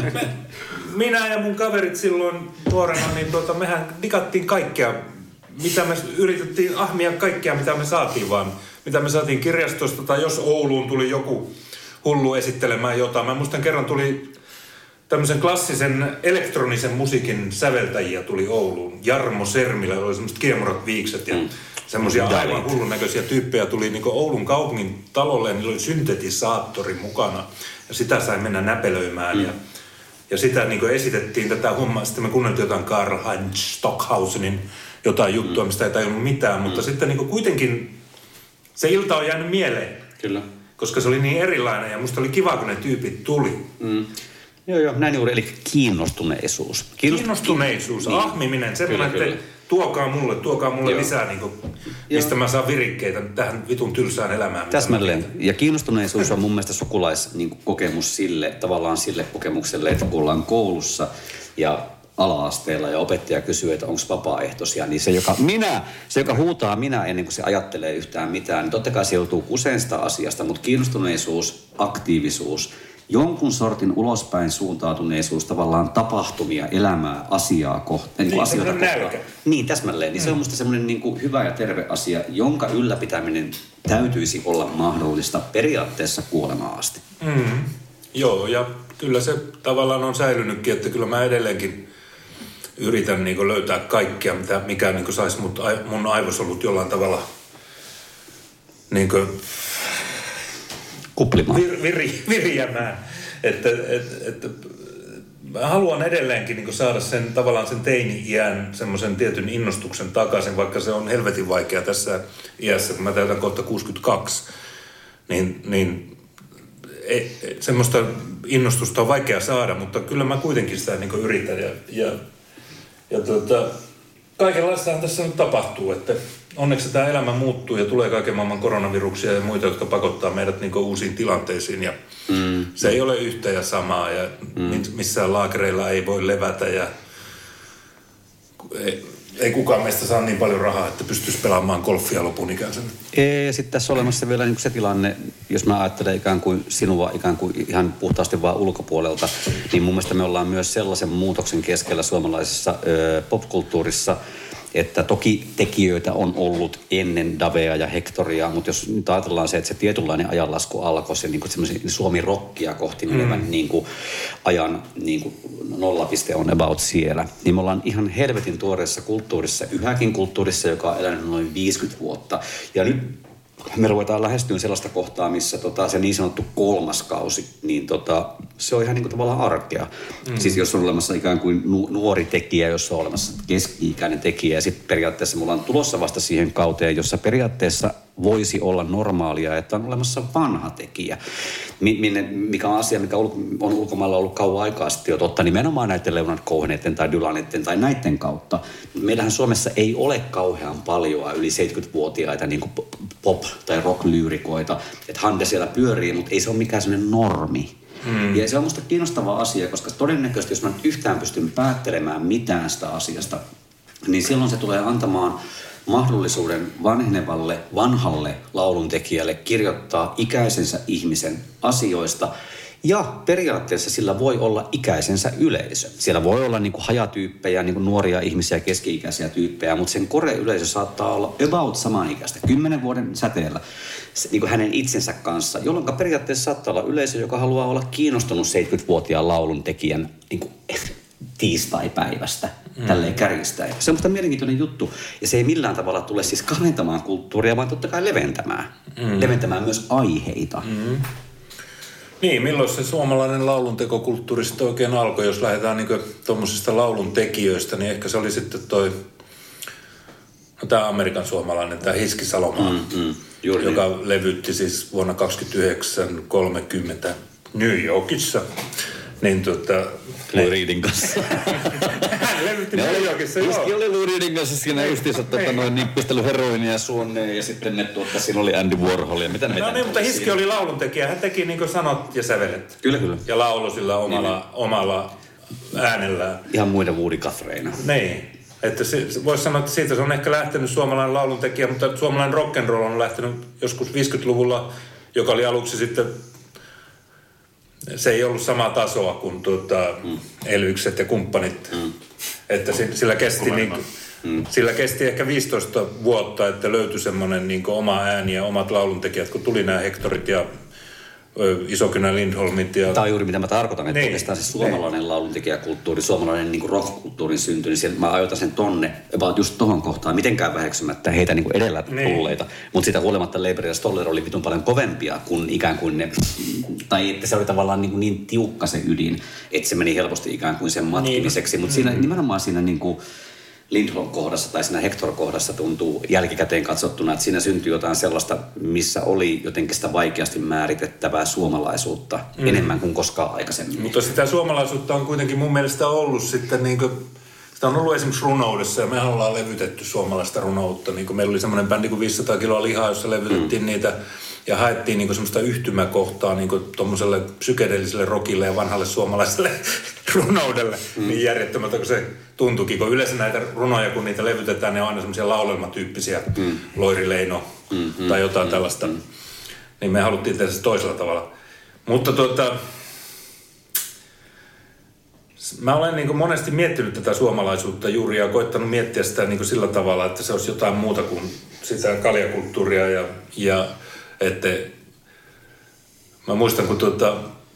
minä ja mun kaverit silloin nuorena, niin tuota, mehän digattiin kaikkea, mitä me yritettiin ahmia kaikkea, mitä me saatiin vaan. mitä me saatiin kirjastosta, tai jos Ouluun tuli joku hullu esittelemään jotain. Mä muistan kerran tuli tämmöisen klassisen elektronisen musiikin säveltäjiä tuli Ouluun. Jarmo Sermilä, oli semmoiset kiemurat viikset ja mm. semmoisia aivan hullun näköisiä tyyppejä tuli niin Oulun kaupungin talolle ja niillä oli syntetisaattori mukana. Ja sitä sai mennä näpelöimään mm. ja, ja sitä niin esitettiin tätä hommaa. Sitten me kuunneltiin jotain Karl-Heinz Stockhausenin jotain juttua, mm. mistä ei tajunnut mitään. Mm. Mutta sitten niin kuitenkin se ilta on jäänyt mieleen. Kyllä. Koska se oli niin erilainen ja musta oli kiva, kun ne tyypit tuli. Mm. Joo, joo, näin juuri, eli kiinnostuneisuus. Kiinnost... Kiinnostuneisuus, niin. Ahmiminen, semmoinen, kyllä, että tuokaa mulle, tuokaa mulle joo. lisää, niin kuin, mistä mä saan virikkeitä tähän vitun tylsään elämään. Täsmälleen. Ja kiinnostuneisuus on mun mielestä sukulaiskokemus niin sille, tavallaan sille kokemukselle, että kun ollaan koulussa ja ala-asteella ja opettaja kysyy, että onko vapaaehtoisia, niin se, joka minä, se, joka huutaa minä ennen kuin se ajattelee yhtään mitään, niin totta kai se joutuu kuseen sitä asiasta, mutta kiinnostuneisuus, aktiivisuus, jonkun sortin ulospäin suuntautuneisuus, tavallaan tapahtumia, elämää, asiaa kohtaan. Niin, asioita kohtaan. Niin, täsmälleen. Niin mm. se on musta semmoinen niin kuin hyvä ja terve asia, jonka ylläpitäminen täytyisi olla mahdollista periaatteessa kuolemaan asti. Mm. Joo, ja kyllä se tavallaan on säilynytkin, että kyllä mä edelleenkin yritän niin kuin löytää kaikkea, mitä, mikä niin kuin saisi mut, mun aivosolut jollain tavalla niin kuin kuplimaan. Vir, vir, virjämään. Että, et, et, mä haluan edelleenkin niin saada sen tavallaan sen teini-iän semmoisen tietyn innostuksen takaisin, vaikka se on helvetin vaikea tässä iässä, kun mä täytän kohta kuusikymmentäkaksi. Niin, niin ei, semmoista innostusta on vaikea saada, mutta kyllä mä kuitenkin sitä niin yritän. Ja, ja, ja tuota, kaikenlaistahan tässä nyt tapahtuu, että onneksi tämä elämä muuttuu ja tulee kaiken maailman koronaviruksia ja muita, jotka pakottaa meidät niin uusiin tilanteisiin. Ja mm. se ei ole yhtä ja samaa ja mm. missään laakereilla ei voi levätä ja ei, ei kukaan meistä saa niin paljon rahaa, että pystyisi pelaamaan golfia lopun ikänsä. Ja sitten tässä on olemassa vielä niin se tilanne, jos mä ajattelen ikään kuin sinua ikään kuin ihan puhtaasti vaan ulkopuolelta, niin mun mielestä me ollaan myös sellaisen muutoksen keskellä suomalaisessa ö, popkulttuurissa, että toki tekijöitä on ollut ennen Davea ja Hectoria, mutta jos nyt ajatellaan se, että se tietynlainen ajanlasku alkoi, se niin semmoisen Suomi-rockia kohti menevän mm. niin kuin ajan niin kuin nollapiste on about siellä, niin me ollaan ihan helvetin tuoreessa kulttuurissa, yhäkin kulttuurissa, joka on elänyt noin viisikymmentä vuotta. Ja nyt me ruvetaan lähestyä sellaista kohtaa, missä tota, se niin sanottu kolmas kausi, niin tota, se on ihan niin kuin tavallaan arkea. Mm. Siis jos on olemassa ikään kuin nu- nuori tekijä, jos on olemassa keski-ikäinen tekijä, ja sitten periaatteessa me ollaan tulossa vasta siihen kauteen, jossa periaatteessa voisi olla normaalia, että on olemassa vanha tekijä, minne, mikä on asia, mikä on ulkomailla ollut kauan aikaa sitten jo totta, nimenomaan näiden Leonard Cohenetten tai Dylanetten tai näiden kautta. Meillähän Suomessa ei ole kauhean paljoa yli seitsemänkymmentävuotiaita niin kuin pop- tai rock-lyyrikoita, että hande siellä pyörii, mutta ei se ole mikään sellainen normi. Hmm. Ja se on musta kiinnostava asia, koska todennäköisesti, jos mä nyt yhtään pystyn päättelemään mitään sitä asiasta, niin silloin se tulee antamaan mahdollisuuden vanhenevalle, vanhalle lauluntekijälle kirjoittaa ikäisensä ihmisen asioista. Ja periaatteessa sillä voi olla ikäisensä yleisö. Siellä voi olla niin kuin hajatyyppejä, niin kuin nuoria ihmisiä, keski-ikäisiä tyyppejä, mutta sen core-yleisö saattaa olla about samanikäistä, kymmenen vuoden säteellä niin kuin hänen itsensä kanssa, jolloin periaatteessa saattaa olla yleisö, joka haluaa olla kiinnostunut seitsemänkymmentävuotiaan lauluntekijän niin kuin tiistaipäivästä, mm. tälleen kärjistäen. Se on musta mielenkiintoinen juttu, ja se ei millään tavalla tule siis kaventamaan kulttuuria, vaan totta kai leventämään. Mm. Leventämään myös aiheita. Mm. Niin, milloin se suomalainen lauluntekokulttuuri sitten oikein alkoi, jos lähdetään niinku tuommoisista lauluntekijöistä, niin ehkä se oli sitten toi, no tää Amerikan suomalainen, tää Hiski Salomaa, mm, mm, joka niin. levytti siis vuonna kaksikymmentäyhdeksän kolmekymmentä New Yorkissa. Niin tota... Lou Reedin kanssa. Hän levytti New Yorkissa, joo. Hiski oli Lou Reedin kanssa siinä justiinsa tota, noin nippistellut heroinia suoneen ja sitten ne tuotta, siinä oli Andy Warhol ja mitä ne No niin, mutta Hiski siinä oli lauluntekijä. Hän teki niin kuin sanot ja sävelet. Kyllä, kyllä. Ja laulu sillä omalla, niin. omalla äänellään. Ihan muiden Woody Guthrieina. Niin. Että se, voisi sanoa, että siitä se on ehkä lähtenyt suomalainen lauluntekijä, mutta suomalainen rock'n'roll on lähtenyt joskus viisikymmentäluvulla, joka oli aluksi sitten, se ei ollut samaa tasoa kuin tuota, mm. Elykset ja kumppanit. Mm. Että sillä kesti niin, Hmm. Sillä kesti ehkä viisitoista vuotta, että löytyi semmoinen niin kuin oma ääni ja omat lauluntekijät, kun tuli nämä Hektorit ja Isokynä Lindholmit. Ja... Tämä on juuri mitä mä tarkoitan, että niin. oikeastaan se suomalainen niin. lauluntekijäkulttuuri, suomalainen niin kuin rock-kulttuurin synty, niin mä ajoitan sen tonne, about just tohon kohtaan, mitenkään väheksymättä heitä niin kuin edellä niin. tulleita. Mutta sitä huolimatta Leiber ja Stoller oli vitun paljon kovempia kuin ikään kuin ne, tai että se oli tavallaan niin, kuin niin tiukka se ydin, että se meni helposti ikään kuin sen matkimiseksi. Niin. Mutta siinä, mm. nimenomaan siinä niin kuin Lindholm-kohdassa tai siinä Hector-kohdassa tuntuu jälkikäteen katsottuna, että siinä syntyi jotain sellaista, missä oli jotenkin sitä vaikeasti määritettävää suomalaisuutta mm. enemmän kuin koskaan aikaisemmin. Mutta sitä suomalaisuutta on kuitenkin mun mielestä ollut sitten niin kuin, sitä on ollut esimerkiksi runoudessa ja mehän ollaan levytetty suomalaista runoutta. Niin kuin meillä oli semmoinen bändi kuin viisisataa kiloa lihaa, jossa levytettiin mm. niitä ja haettiin niin kuin semmoista yhtymäkohtaa niin kuin tommoselle psykedeelliselle rockille ja vanhalle suomalaiselle runoudelle. Mm. Niin järjettömältä kuin se tuntuikin, kun yleensä näitä runoja, kun niitä levytetään, ne on aina semmoisia laulelmatyyppisiä, mm. Loiri Leino mm-hmm. tai jotain mm-hmm. tällaista. Niin me haluttiin tehdä se toisella tavalla. Mutta tuota, mä olen niin kuin monesti miettinyt tätä suomalaisuutta juuri ja koittanut miettiä sitä niin kuin sillä tavalla, että se olisi jotain muuta kuin sitä kaljakulttuuria ja, ja että mä muistan, kun tuota,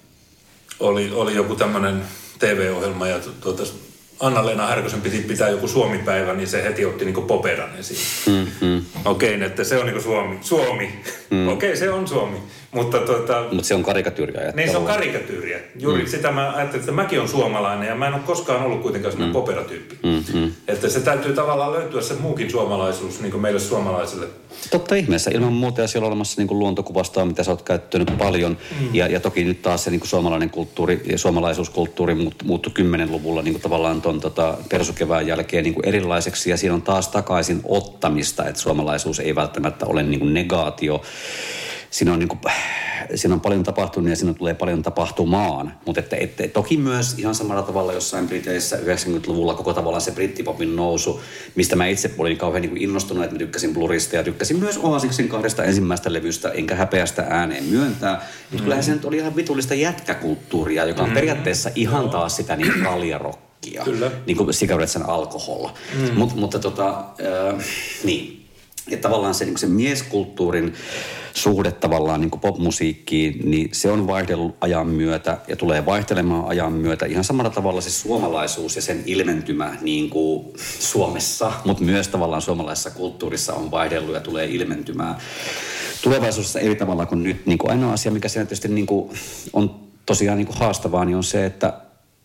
oli, oli joku tämmöinen T V-ohjelma ja tuota, Anna-Leena Härkösen piti pitää joku Suomi-päivä, niin se heti otti niinku Popedan esiin. Mm-hmm. Okei, okay, että se on niinku Suomi. Suomi. Mm. Okei, okay, se on Suomi. Mutta tuota, Mut se on karikatyyriä. Niin, se on karikatyyriä. Juuri mm. sitä mä ajattelin, että mäkin on suomalainen ja mä en ole koskaan ollut kuitenkaan sellainen mm. Popera-tyyppi. Mm-hmm. Että se täytyy tavallaan löytyä se muukin suomalaisuus niin kuin meille suomalaisille. Totta ihmeessä. Ilman muuta ja siellä on olemassa niin kuin luontokuvastaa, mitä sä oot käyttänyt paljon. Mm. Ja, ja toki nyt taas se niin kuin suomalainen kulttuuri ja suomalaisuuskulttuuri muuttui kymmenluvulla niin kuin tavallaan ton tota, persukevään jälkeen niin kuin erilaiseksi. Ja siinä on taas takaisin ottamista, että suomalaisuus ei välttämättä ole niin kuin negaatio. Siinä on, niin kuin, siinä on paljon tapahtunut ja siinä tulee paljon tapahtumaan. Mutta että, että, toki myös ihan samalla tavalla jossain Briteissä yhdeksänkymmentäluvulla koko tavallaan se brittipopin nousu, mistä mä itse olin kauhean niin kuin innostunut, että mä tykkäsin Blurista ja tykkäsin myös Oasiksen kahdesta ensimmäistä levystä, enkä häpeästä ääneen myöntää. Mm. Mutta kyllähän se nyt oli ihan vitullista jätkäkulttuuria, joka on mm. periaatteessa ihan taas sitä niin kaljarokkia. Kyllä. Niin kuin Cigarettes and Alcohol. Mm. Mut, mutta tota, äh, niin. Että tavallaan se, niin se mieskulttuurin suhde tavallaan niin kuin popmusiikkiin, niin se on vaihdellut ajan myötä ja tulee vaihtelemaan ajan myötä. Ihan samalla tavalla se suomalaisuus ja sen ilmentymä niin kuin Suomessa, mutta myös tavallaan suomalaisessa kulttuurissa on vaihdellut ja tulee ilmentymään tulevaisuudessa eri tavalla kuin nyt. Niin kuin ainoa asia, mikä siinä tietysti niin kuin on tosiaan niin kuin haastavaa, niin on se, että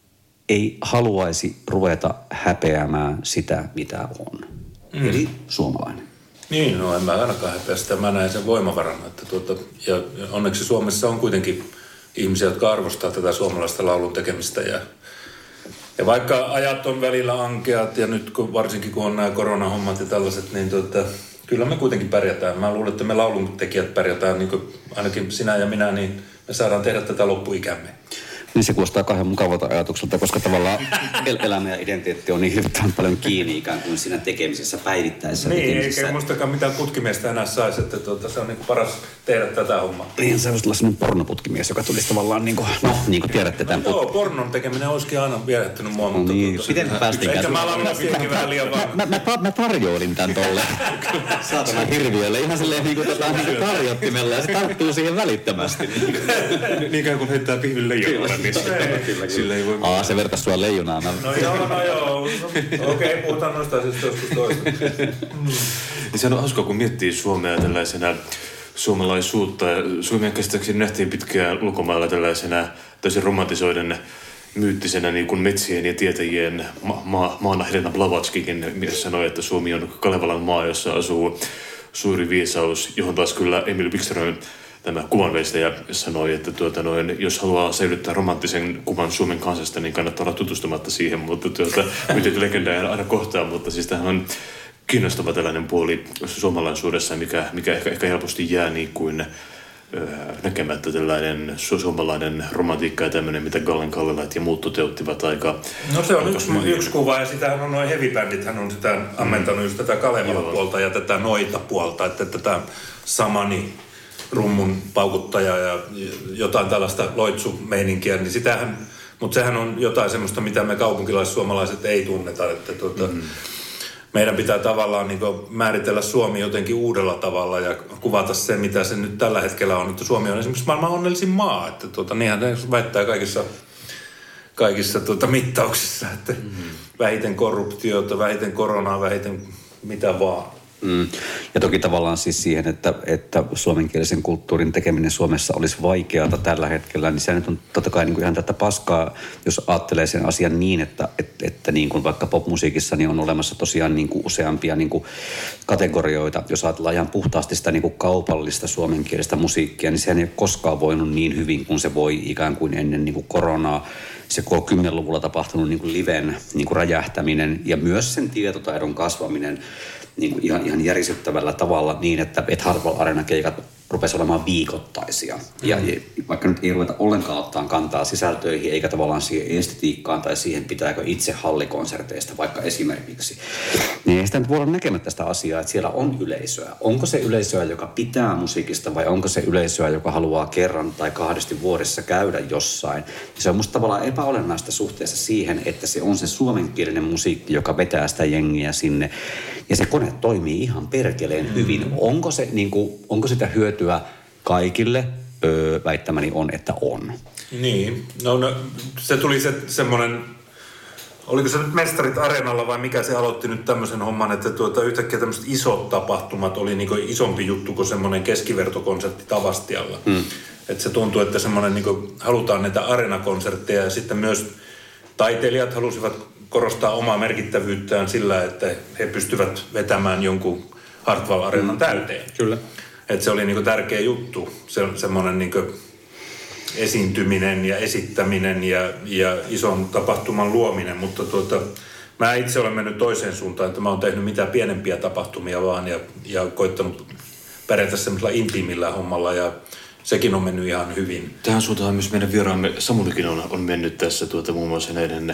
ei haluaisi ruveta häpeämään sitä, mitä on. Mm. Eli suomalainen. Niin, no en mä ainakaan häpeä sitä. Mä näen sen voimavarana. Että tuota, ja onneksi Suomessa on kuitenkin ihmisiä, jotka arvostaa tätä suomalaista laulun tekemistä. Ja, ja vaikka ajat on välillä ankeat ja nyt kun, varsinkin kun on nämä koronahommat ja tällaiset, niin tuota, kyllä me kuitenkin pärjätään. Mä luulen, että me lauluntekijät pärjätään, niin kuin ainakin sinä ja minä, niin me saadaan tehdä tätä loppuikämme. Niin se kuulostaa kauhean mukavalta ajatukselta, koska tavallaan el- elämä ja identiteetti on niin hirveän paljon kiinni ikään kuin siinä tekemisessä, päivittäisessä niin, tekemisessä. Eikä mustakaan mitään putkimiestä enää saisi, että tuota, se on niin kuin paras tehdä tätä hommaa. Niin, se olisi olla sellainen pornoputkimies, joka tulisi tavallaan niin kuin, no niin kuin tiedätte tämän. No, joo, pornon tekeminen olisikin aina viehättänyt mua, no, mutta niin, tuota, miten päästiin ehkä mä alan siihenkin vähän liian vaan. Mä, mä, mä, mä tarjoilin tämän tolle saatana hirviölle ihan silleen niin kuin, tota, niin kuin tarjottimella ja se tarttuu siihen välittömästi. Niinkään kun heittää pihvin leijonalle, niin sillä ei voi... Aa, se vertaisi sua leijonaan. No joo, no joo. Okei, okay, puhutaan noista asioista joskus toista. Mm. Se on hauskaa, kun miettii Suomea tällaisena suomalaisuutta. Suomea käsittääkseni nähtiin pitkään ulkomailla tällaisena täysin romantisoiden myyttisenä niin kuin metsien ja tietäjien ma- ma- maana. Helena Blavatskykin mies sanoi, että Suomi on Kalevalan maa, jossa asuu suuri viisaus, johon taas kyllä Emil Wikström, tämä kuvanveistäjä, sanoi, että tuota noin, jos haluaa säilyttää romanttisen kuvan Suomen kansasta, niin kannattaa olla tutustumatta siihen, mutta tuota, miten legendaa aina kohtaa, mutta siis tämähän on kiinnostava tällainen puoli suomalaisuudessa, mikä, mikä ehkä, ehkä helposti jää niin kuin ö, näkemättä tällainen su- suomalainen romantiikka ja tämmöinen, mitä Gallen Kallelat ja muut toteuttivat aika... No se on yksi, yksi kuva ja sitähän on noin heavy-bändithän on sitä ammentanut just tätä Kalevala-puolta ja tätä Noita-puolta, että tätä Samani rummun paukuttaja ja jotain tällaista loitsumeininkiä, niin sitähän, mutta sehän on jotain semmoista, mitä me kaupunkilaissuomalaiset ei tunneta, että tuota, mm-hmm. meidän pitää tavallaan niin kuin määritellä Suomi jotenkin uudella tavalla ja kuvata se, mitä se nyt tällä hetkellä on. Että Suomi on esimerkiksi maailman onnellisin maa, että tuota, niinhän ne väittää kaikissa, kaikissa tuota, mittauksissa, että mm-hmm. vähiten korruptiota, vähiten koronaa, vähiten mitä vaan. Mm. Ja toki tavallaan siis siihen, että, että suomenkielisen kulttuurin tekeminen Suomessa olisi vaikeata tällä hetkellä, niin se nyt on totta kai niin kuin ihan tätä paskaa, jos ajattelee sen asian niin, että, että, että niin kuin vaikka popmusiikissa niin on olemassa tosiaan niin kuin useampia niin kuin kategorioita. Jos ajatellaan ihan puhtaasti sitä niin kuin kaupallista suomenkielistä musiikkia, niin sehän ei ole koskaan voinut niin hyvin kuin se voi ikään kuin ennen niin kuin koronaa. Se kymmenluvulla tapahtunut niin kuin liven niin kuin räjähtäminen ja myös sen tietotaidon kasvaminen niin kuin ihan, ihan järisyttävällä tavalla niin, että et Hartwall Arena-keikat rupesi olemaan viikoittaisia. Mm. Ja vaikka nyt ei ruveta ollenkaan ottaa kantaa sisältöihin, eikä tavallaan siihen estetiikkaan tai siihen, pitääkö itse hallikonserteista vaikka esimerkiksi, niin ei sitä nyt voi olla näkemättä sitä asiaa, että siellä on yleisöä. Onko se yleisöä, joka pitää musiikista vai onko se yleisöä, joka haluaa kerran tai kahdesti vuodessa käydä jossain? Ja se on musta tavallaan epäolennaista suhteessa siihen, että se on se suomenkielinen musiikki, joka vetää sitä jengiä sinne. Ja se kone toimii ihan perkeleen hyvin. Mm. Onko, se, niin kuin, onko sitä hyötyä kaikille? Öö, väittämäni on, että on. Niin. No, no se tuli se semmoinen, oliko se nyt Mestarit Areenalla vai mikä se aloitti nyt tämmöisen homman, että tuota, yhtäkkiä tämmöiset isot tapahtumat oli niin kuin isompi juttu kuin semmoinen keskivertokonsertti Tavastialla. Mm. Että se tuntuu, että semmoinen niin kuin, halutaan näitä areenakonsertteja ja sitten myös taiteilijat halusivat korostaa omaa merkittävyyttään sillä, että he pystyvät vetämään jonkun Hartwall Areenan mm. täyteen. Kyllä. Että se oli niinku tärkeä juttu, se, semmoinen niinku esiintyminen ja esittäminen ja, ja ison tapahtuman luominen. Mutta tuota, mä itse olen mennyt toiseen suuntaan, että mä oon tehnyt mitään pienempiä tapahtumia vaan ja, ja koittanut pärjätä semmoisella intiimillä hommalla ja sekin on mennyt ihan hyvin. Tähän suuntaan myös meidän vieraamme Samulikin on, on mennyt tässä tuota, muun muassa näiden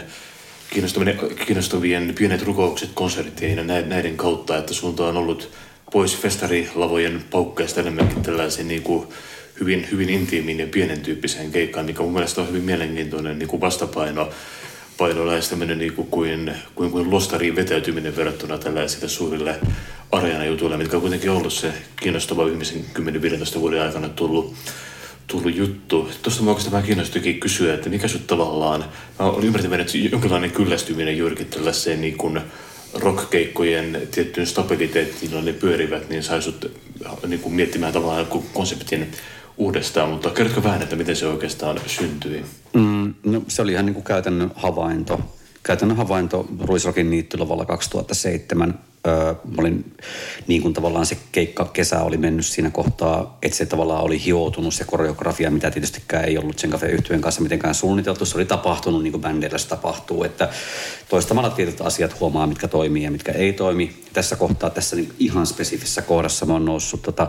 kiinnostavien pienet rukoukset konserttien ja näiden kautta, että suunta on ollut pois festarilavojen paukkeista enemmänkin tällaisen niin kuin hyvin, hyvin intiimiin ja pienen tyyppiseen keikkaan, mikä mun mielestä on hyvin mielenkiintoinen niin kuin vastapaino painoläistäminen niin kuin, kuin, kuin, kuin lostariin vetäytyminen verrattuna tällaisille suurille areenajutuille, mitkä on kuitenkin ollut se kiinnostava ihmisen kymmenen viisitoista vuoden aikana tullut tullut juttu. Tuosta mä oikeastaan vähän kiinnostuikin kysyä, että mikä sut tavallaan, mä olin ymmärtänyt, että jonkinlainen kyllästyminen juurikin tällaiseen niin kuin rock-keikkojen tiettyyn stabiliteettiin, joilla ne pyörivät, niin sai sut niin kuin miettimään tavallaan konseptin uudestaan, mutta kerrotko vähän, että miten se oikeastaan syntyi? Mm, no se oli ihan niin kuin käytännön havainto. Käytännön havainto Ruisrockin niittylavalla kaksituhattaseitsemän. Öö, mä olin, niin kuin tavallaan se keikka kesä oli mennyt siinä kohtaa, että se tavallaan oli hioutunut se koreografia, mitä tietystikään ei ollut sen Cafe-yhtyeen kanssa mitenkään suunniteltu. Se oli tapahtunut niin kuin bändeillä se tapahtuu, että toistamalla tietyt asiat huomaa, mitkä toimii ja mitkä ei toimi. Tässä kohtaa, tässä niin ihan spesifisessä kohdassa mä oon noussut tota,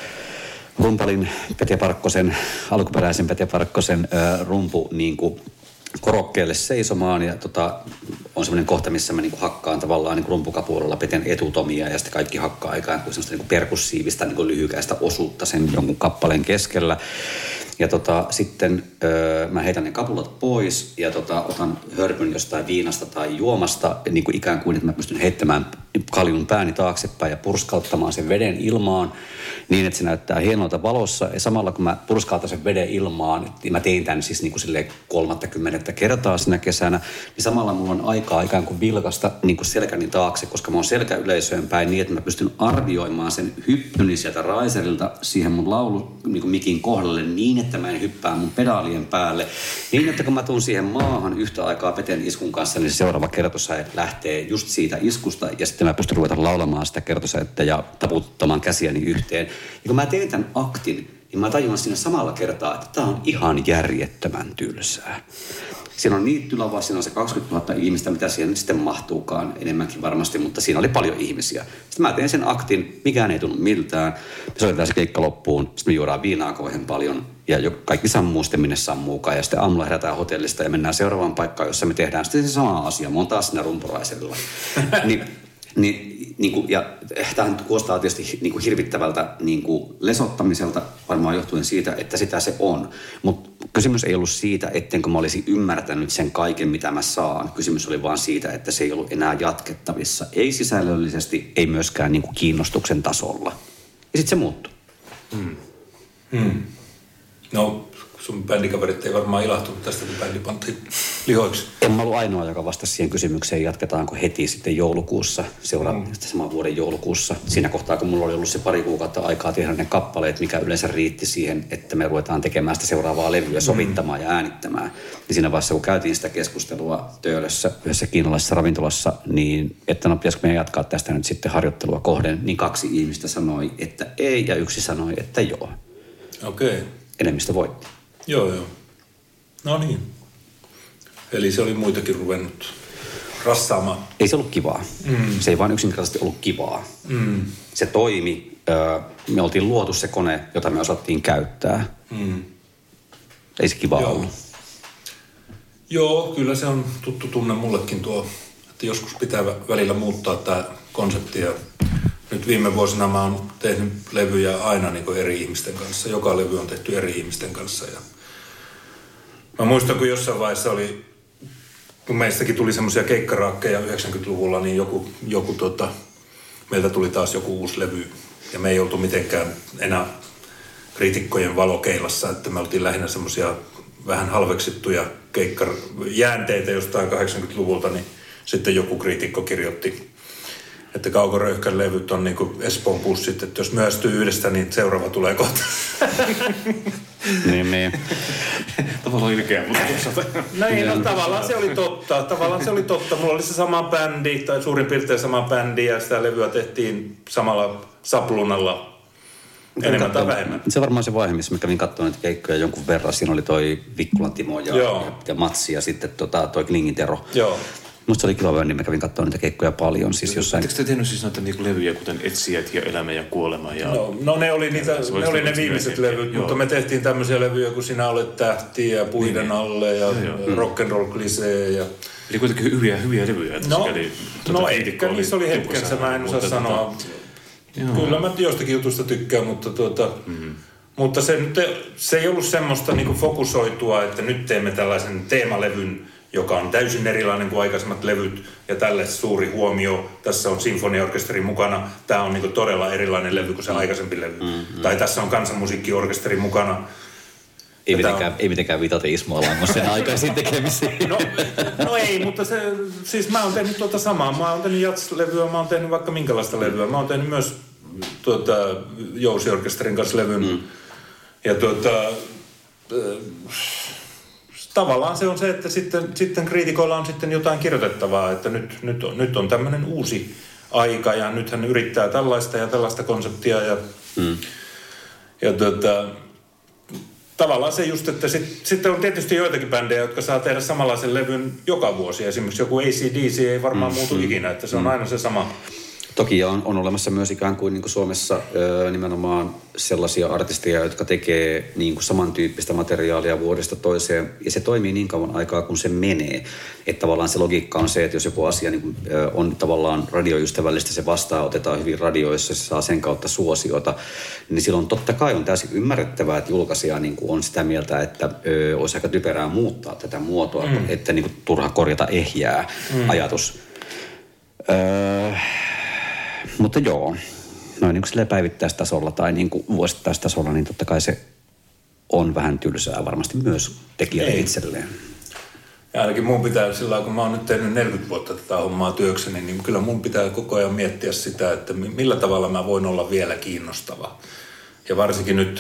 rumpalin Pete Parkkosen, alkuperäisen Pete Parkkosen öö, rumpu niin kuin korokkeelle seisomaan ja tota, on semmoinen kohta, missä mä niinku hakkaan tavallaan niinku rumpukapuolella Peten etutomia ja sitten kaikki hakkaa aikaan kuin semmoista niinku perkussiivista niinku lyhykäistä osuutta sen jonkun kappaleen keskellä. Ja tota, sitten öö, mä heitän ne kapulat pois ja tota, otan hörpyn jostain viinasta tai juomasta niin kuin ikään kuin, että mä pystyn heittämään kaljun pääni taaksepäin ja purskauttamaan sen veden ilmaan niin, että se näyttää hienolta valossa. Ja samalla kun mä purskautan sen veden ilmaan, niin mä tein tämän siis niin kuin silleen kolmattakymmenettä kertaa siinä kesänä, niin samalla mulla on aikaa ikään kuin vilkasta niin kuin selkäni taakse, koska mä oon selkä yleisöön päin niin, että mä pystyn arvioimaan sen hyppyni sieltä raiserilta siihen mun laulu niin kuin mikin kohdalle niin, että mä en hyppää mun pedaalien päälle. Niin, että kun mä tuun siihen maahan yhtä aikaa Peten iskun kanssa, niin se seuraava kertosäe lähtee just siitä iskusta ja sitten mä pystyn ruveta laulamaan sitä kertosäettä ja taputtamaan käsiäni yhteen. Ja kun mä teen tämän aktin, niin mä tajuan siinä samalla kertaa, että tää on ihan järjettömän tylsää. Siinä on niittylava, siinä on se kaksikymmentätuhatta ihmistä, mitä siihen nyt sitten mahtuukaan enemmänkin varmasti, mutta siinä oli paljon ihmisiä. Sitten mä teen sen aktin, mikään ei tunnu miltään. Me soitetaan se keikka loppuun, sitten me juodaan viinaa kauhean paljon ja kaikki sammuu sitten minne sammuukaan. Ja sitten aamulla herätään hotellista ja mennään seuraavaan paikkaan, jossa me tehdään sitten se sama asia. Mä oon taas siinä rumpuraiselilla. niin, niin, niin kuin, ja tämähän kuulostaa tietysti niin kuin hirvittävältä niin kuin lesottamiselta, varmaan johtuen siitä, että sitä se on. Mutta Kysymys ei ollut siitä, ettenkö mä olisi ymmärtänyt sen kaiken, mitä mä saan. Kysymys oli vaan siitä, että se ei ollut enää jatkettavissa. Ei sisällöllisesti, ei myöskään niin kuin kiinnostuksen tasolla. Ja sitten se muuttui. Hmm. Hmm. No, sun bändikaverit ei varmaan ilahtunut tästä, kun bändi pantiin lihoiksi. En mä ollut ainoa, joka vastasi siihen kysymykseen, jatketaanko heti sitten joulukuussa, seuraavan mm. saman vuoden joulukuussa. Siinä kohtaa, kun mulla oli ollut se pari kuukautta aikaa tehdä ne kappaleet, mikä yleensä riitti siihen, että me ruvetaan tekemään sitä seuraavaa levyä, sovittamaan mm. ja äänittämään. Ja siinä vaiheessa, kun käytiin sitä keskustelua Töölössä, yhdessä kiinalaisessa ravintolassa, niin että no pitäisikö meidän jatkaa tästä nyt sitten harjoittelua kohden, niin kaksi ihmistä sanoi, että ei, ja yksi sanoi, että joo. Okei. Okay. Enemmistö voitti. Joo, joo. No niin. Eli se oli muitakin ruvennut rassaamaan. Ei se ollut kivaa. Mm. Se ei vaan yksinkertaisesti ollut kivaa. Mm. Se toimi. Me oltiin luotu se kone, jota me osattiin käyttää. Mm. Ei se kivaa Joo. ollut. Joo, kyllä se on tuttu tunne mullekin tuo, että joskus pitää välillä muuttaa tämä konsepti. Ja nyt viime vuosina mä oon tehnyt levyjä aina niin kuin eri ihmisten kanssa. Joka levy on tehty eri ihmisten kanssa. Ja mä muistan, kun jossain vaiheessa oli, kun meistäkin tuli semmoisia keikkaraakkeja yhdeksänkymmentäluvulla, niin joku, joku tota, meiltä tuli taas joku uusi levy. Ja me ei oltu mitenkään enää kriitikkojen valokeilassa, että me oltiin lähinnä semmoisia vähän halveksittuja keikkajäänteitä jostain kahdeksankymmentäluvulta, niin sitten joku kriitikko kirjoitti, että Kauko Röyhkän levyt on niin kuin Espoon pussit, että jos myöstyy yhdestä, niin seuraava tulee kohta. Niin, niin. Tavallaan ilkeä, mutta No ei, no tavallaan se oli totta. Tavallaan se oli totta. Mulla oli se sama bändi, tai suurin piirtein sama bändi, ja sitä levyä tehtiin samalla saplunalla. Enemmän tai vähemmän. Se on varmaan se vaihe, missä mä kävin katsomaan niitä keikkoja jonkun verran. Siinä oli toi Vikkulan Timo ja, ja, ja Matsi ja sitten tota, toi Klingin Tero. Joo. Musta se oli kiva bändi, mä kävin katsomaan niitä keikkoja paljon. Siis jossain... Oletteko te tehnyt siis noita niinku levyjä, kuten Etsijät ja Elämä ja Kuolema? Ja... No, no ne oli, niitä, ne, oli ne viimeiset levyt, joo. Mutta me tehtiin tämmöisiä levyjä, kun Sinä olet tähti ja Puiden niin, alle ja rock'n'roll klisee ja... Eli kuitenkin hyviä, hyviä levyjä. No, eli, tuota, no eikä niissä oli hetkensä, mä en osaa mutta, sanoa. Tuota, kyllä mä jostakin jutusta tykkään, mutta, tuota, mm-hmm. mutta se, se ei ollut semmoista niinku fokusoitua, että nyt teemme tällaisen teemalevyn, joka on täysin erilainen kuin aikaisemmat levyt, ja tälle suuri huomio. Tässä on sinfoniaorkesteri mukana. Tämä on niinku todella erilainen levy kuin se aikaisempi levy. Mm-hmm. Tai tässä on kansanmusiikkiorkesteri mukana. Ei mitenkään, on... ei mitenkään vitata Ismo Alangon sen aikaisiin tekemisiin. No, no ei, mutta se, siis mä oon tehnyt tuota samaa. Mä oon tehnyt jats-levyä, mä oon tehnyt vaikka minkälaista levyä. Mä oon tehnyt myös tuota, Jousiorkesterin kanssa levyn. Mm. Ja tuota... Tavallaan se on se, että sitten, sitten kriitikoilla on sitten jotain kirjoitettavaa, että nyt, nyt, on, nyt on tämmöinen uusi aika ja nyt hän yrittää tällaista ja tällaista konseptia ja, mm. ja tuota, tavallaan se just, että sit, sitten on tietysti joitakin bändejä, jotka saa tehdä samanlaisen levyn joka vuosi. Esimerkiksi joku A C D C ei varmaan mm. muutu ikinä, että se on mm. aina se sama. Toki on, on olemassa myös ikään kuin, niin kuin Suomessa ö, nimenomaan sellaisia artisteja, jotka tekee niin kuin samantyyppistä materiaalia vuodesta toiseen. Ja se toimii niin kauan aikaa, kun se menee. Että tavallaan se logiikka on se, että jos joku asia niin kuin, ö, on tavallaan radioystävällistä, se vastaanotetaan hyvin radioissa, se saa sen kautta suosiota. Niin silloin totta kai on täysin ymmärrettävää, että julkaisija niin kuin on sitä mieltä, että ö, olisi aika typerää muuttaa tätä muotoa, mm. että niin kuin, turha korjata ehjää mm. ajatus. Öö... Mutta joo, noin niin kuin silleen päivittäistasolla tai niin kuin vuosittaistasolla, niin totta kai se on vähän tylsää varmasti myös tekijälle itselleen. Ja ainakin mun pitää sillä kun mä oon nyt tehnyt neljäkymmentä vuotta tätä hommaa työkseni, niin kyllä mun pitää koko ajan miettiä sitä, että millä tavalla mä voin olla vielä kiinnostava. Ja varsinkin nyt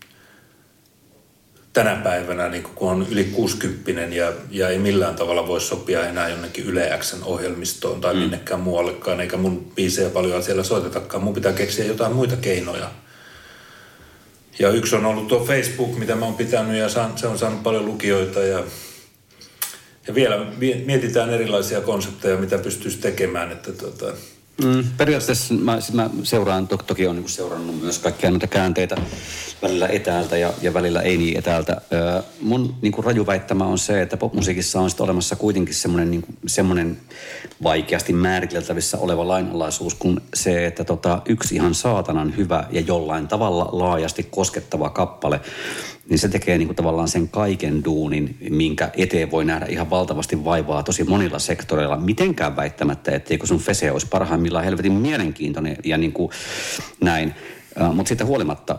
tänä päivänä, niin kun on yli kuusikymppinen ja, ja ei millään tavalla voi sopia enää jonnekin Yle X:n ohjelmistoon tai mm. minnekään muuallekaan, eikä mun biisejä paljon siellä soitetakaan. Mun pitää keksiä jotain muita keinoja. Ja yksi on ollut tuo Facebook, mitä mä oon pitänyt, ja se on saanut paljon lukijoita. Ja, ja vielä mietitään erilaisia konsepteja, mitä pystyisi tekemään, että tuota... Mm, periaatteessa mä, mä seuraan, to, toki olen niin seurannut myös kaikkia noita käänteitä välillä etäältä ja, ja välillä ei niin etäältä. Ö, mun niin kuin raju väittämä on se, että popmusiikissa on sitten olemassa kuitenkin semmoinen, niin kuin, semmoinen vaikeasti määriteltävissä oleva lainalaisuus kuin se, että tota, yksi ihan saatanan hyvä ja jollain tavalla laajasti koskettava kappale, niin se tekee niin kuin tavallaan sen kaiken duunin, minkä eteen voi nähdä ihan valtavasti vaivaa tosi monilla sektoreilla. Mitenkään väittämättä, etteikö sun Fese olisi parhaimmillaan helvetin mielenkiintoinen ja niin kuin näin. Uh, mutta siitä huolimatta,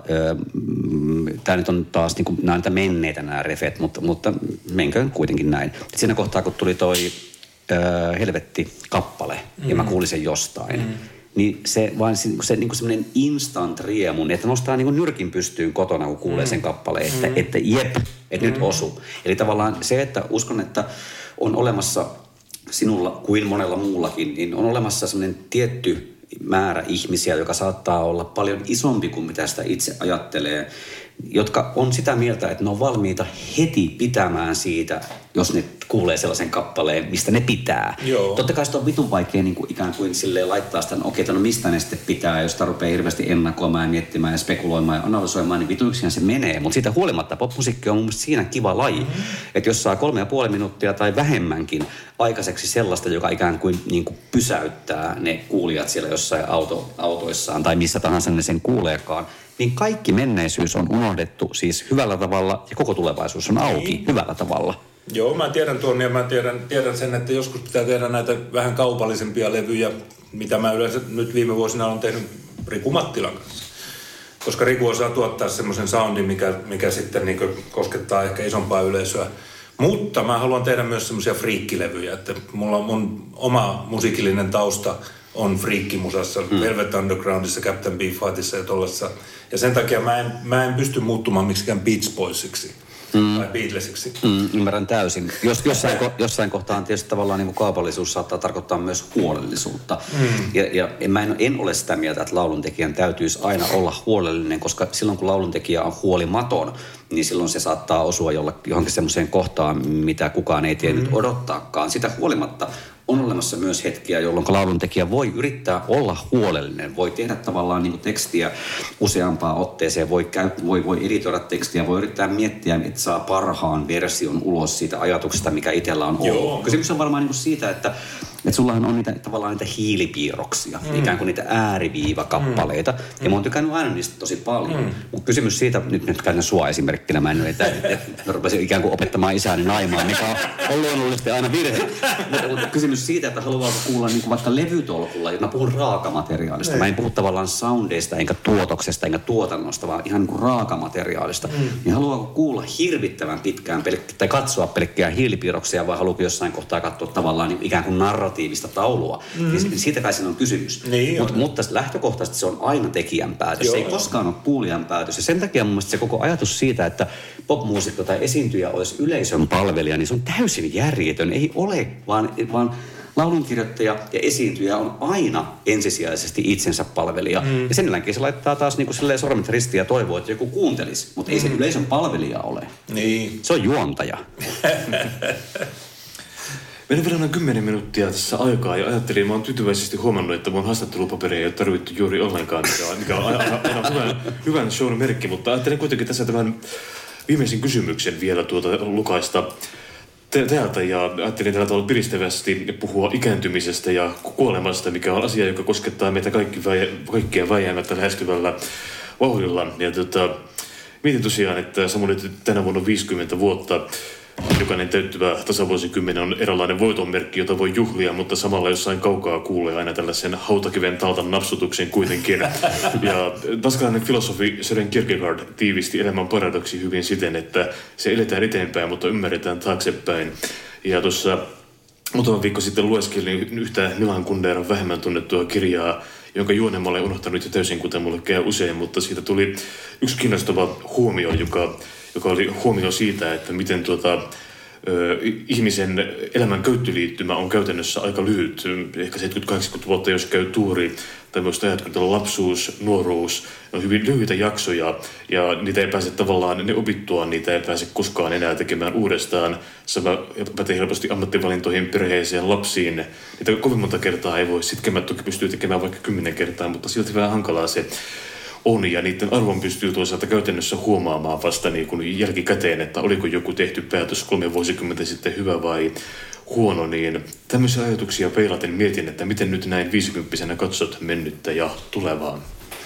uh, tämä nyt on taas, niin kuin, nämä on niitä menneitä nämä refet, mutta, mutta menköön kuitenkin näin. Siinä kohtaa, kun tuli toi uh, Helvetti-kappale, mm. ja mä kuulin sen jostain, mm. niin se vain se, se niin kuin semmoinen instant riemu, että nostaa niin kuin nyrkin pystyyn kotona, kun kuulee mm. sen kappaleen, että, mm. että jep, että mm. nyt osu. Eli tavallaan se, että uskon, että on olemassa sinulla kuin monella muullakin, niin on olemassa semmoinen tietty määrä ihmisiä, joka saattaa olla paljon isompi kuin mitä sitä itse ajattelee, jotka on sitä mieltä, että ne on valmiita heti pitämään siitä, jos ne kuulee sellaisen kappaleen, mistä ne pitää. Joo. Totta kai sitä on vitun vaikea niin kuin ikään kuin silleen laittaa sitä, okei, okay, no mistä ne sitten pitää, jos sitä rupeaa hirveästi ennakoimaan ja miettimään ja spekuloimaan ja analysoimaan, niin vituiksihan se menee. Mutta siitä huolimatta popmusiikki on mun mielestä siinä kiva laji, mm-hmm. että jos saa kolme ja puoli minuuttia tai vähemmänkin aikaiseksi sellaista, joka ikään kuin, niin kuin pysäyttää ne kuulijat siellä jossain auto, autoissaan tai missä tahansa ne sen kuuleekaan, niin kaikki menneisyys on unohdettu siis hyvällä tavalla ja koko tulevaisuus on auki niin. hyvällä tavalla. Joo, mä tiedän tuon ja mä tiedän, tiedän sen, että joskus pitää tehdä näitä vähän kaupallisempia levyjä, mitä mä yleensä nyt viime vuosina olen tehnyt Riku Mattilan kanssa. Koska Riku osaa tuottaa semmoisen soundin, mikä, mikä sitten niin koskettaa ehkä isompaa yleisöä. Mutta mä haluan tehdä myös semmoisia friikkilevyjä, että mulla on mun oma musiikillinen tausta on friikkimusassa, mm. Velvet Undergroundissa, Captain Beefheartissa ja tollaisessa. Ja sen takia mä en, mä en pysty muuttumaan miksikään Beach Boysiksi. Mm. Tai Beatlesiksi. Mm, ymmärrän täysin. Jos, jossain, jossain kohtaan tietysti tavallaan niin kaupallisuus saattaa tarkoittaa myös huolellisuutta. Mm. Ja, ja mä en, en ole sitä mieltä, että lauluntekijän täytyisi aina olla huolellinen, koska silloin kun lauluntekijä on huolimaton, niin silloin se saattaa osua johonkin semmoiseen kohtaan, mitä kukaan ei tiennyt mm. odottaakaan. Sitä huolimatta on olemassa myös hetkiä, jolloin lauluntekijä voi yrittää olla huolellinen, voi tehdä tavallaan niin kuin tekstiä useampaan otteeseen, voi, käy, voi, voi editoida tekstiä, voi yrittää miettiä, että saa parhaan version ulos siitä ajatuksesta, mikä itsellä on ollut. Joo. Kysymys on varmaan niin kuin siitä, että, että sullahan on niitä, tavallaan niitä hiilipiirroksia, mm. ikään kuin niitä ääriviivakappaleita, mm. ja mä oon tykännyt aina niistä tosi paljon. Mm. Mutta kysymys siitä, nyt, nyt käytän sua esimerkkinä, mä en että, että, että mä rupesin ikään kuin opettamaan isääni naimaan, mikä on luonnollisesti aina virhe. Mutta, mutta kysymys siitä, että haluaa kuulla niin kuin vaikka levytolkulla, ja mä puhun raakamateriaalista. Mä en puhu tavallaan soundeista, enkä tuotoksesta, enkä tuotannosta, vaan ihan niin kuin raakamateriaalista. Mm. Niin haluaako kuulla hirvittävän pitkään pelkkä, tai katsoa pelkkiä hiilipiirroksia, vai haluaako jossain kohtaa katsoa tavallaan niin ikään kuin narratiivista taulua. Mm. Niin siitä kai siinä on kysymys. Niin Mut, mutta lähtökohtaisesti se on aina tekijän päätös. Joo, se ei jo. koskaan ole kuulijan päätös. Ja sen takia mun mielestä se koko ajatus siitä, että popmuusikko tai esiintyjä olisi yleisön palvelija, niin se on täysin järjetön. Ei ole, vaan, vaan laulunkirjoittaja ja esiintyjä on aina ensisijaisesti itsensä palvelija. Mm. Ja sen jälkeen se laittaa taas niin kuin sormet ristiin ja toivoo, että joku kuuntelisi. Mutta mm. ei se yleisön palvelija ole. Niin. Se on juontaja. Meillä on vielä noin kymmenen minuuttia tässä aikaa ja ajattelin, mä oon tyytyväisesti huomannut, että mun haastattelupaperia ei ole tarvittu juuri ollenkaan, mikä on, mikä on aina, aina hyvän, hyvän shown merkki, mutta ajattelin kuitenkin tässä tämän viimeisen kysymyksen vielä tuota lukaista te- täältä ja ajattelin tällä tavalla piristävästi puhua ikääntymisestä ja kuolemasta, mikä on asia, joka koskettaa meitä kaikki väi- kaikkia väijäämättä lähestyvällä vauhdilla. Ja tota, mietin tosiaan, että samoin tänä vuonna viisikymmentä vuotta. Jokainen täyttyvä tasavuosikymmenen on eräänlainen voitonmerkki, jota voi juhlia, mutta samalla jossain kaukaa kuulee aina tällaisen hautakiven taltan napsutuksen kuitenkin. Ja tanskalainen filosofi Søren Kierkegaard tiivisti elämän paradoksi hyvin siten, että se eletään eteenpäin, mutta ymmärretään taaksepäin. Ja tuossa muutama viikko sitten lueskelin yhtä Milan Kunderan vähemmän tunnettua kirjaa, jonka juonen mä olen unohtanut jo täysin, kuten mulle käy usein, mutta siitä tuli yksi kiinnostava huomio, joka... joka oli huomio siitä, että miten tuota, ö, ihmisen elämän köyttöliittymä on käytännössä aika lyhyt. Ehkä seitsemänkymmentä–kahdeksankymmentä vuotta, jos käy tuuri, tai myös ajat, kun lapsuus, nuoruus, ne on hyvin lyhyitä jaksoja, ja niitä ei pääse tavallaan, ne opittua, niitä ei pääse koskaan enää tekemään uudestaan. Sama pätee helposti ammattivalintoihin, perheeseen, lapsiin. Niitä kovin monta kertaa ei voi, sitkemät toki pystyy tekemään vaikka kymmenen kertaa, mutta silti vähän hankalaa se on, ja niiden arvon pystyy toisaalta käytännössä huomaamaan vasta niin kuin jälkikäteen, että oliko joku tehty päätös kolme vuosikymmentä sitten hyvä vai huono, niin tämmöisiä ajatuksia peilaten mietin, että miten nyt näin viisikymppisenä katsot mennyttä ja tulevaan.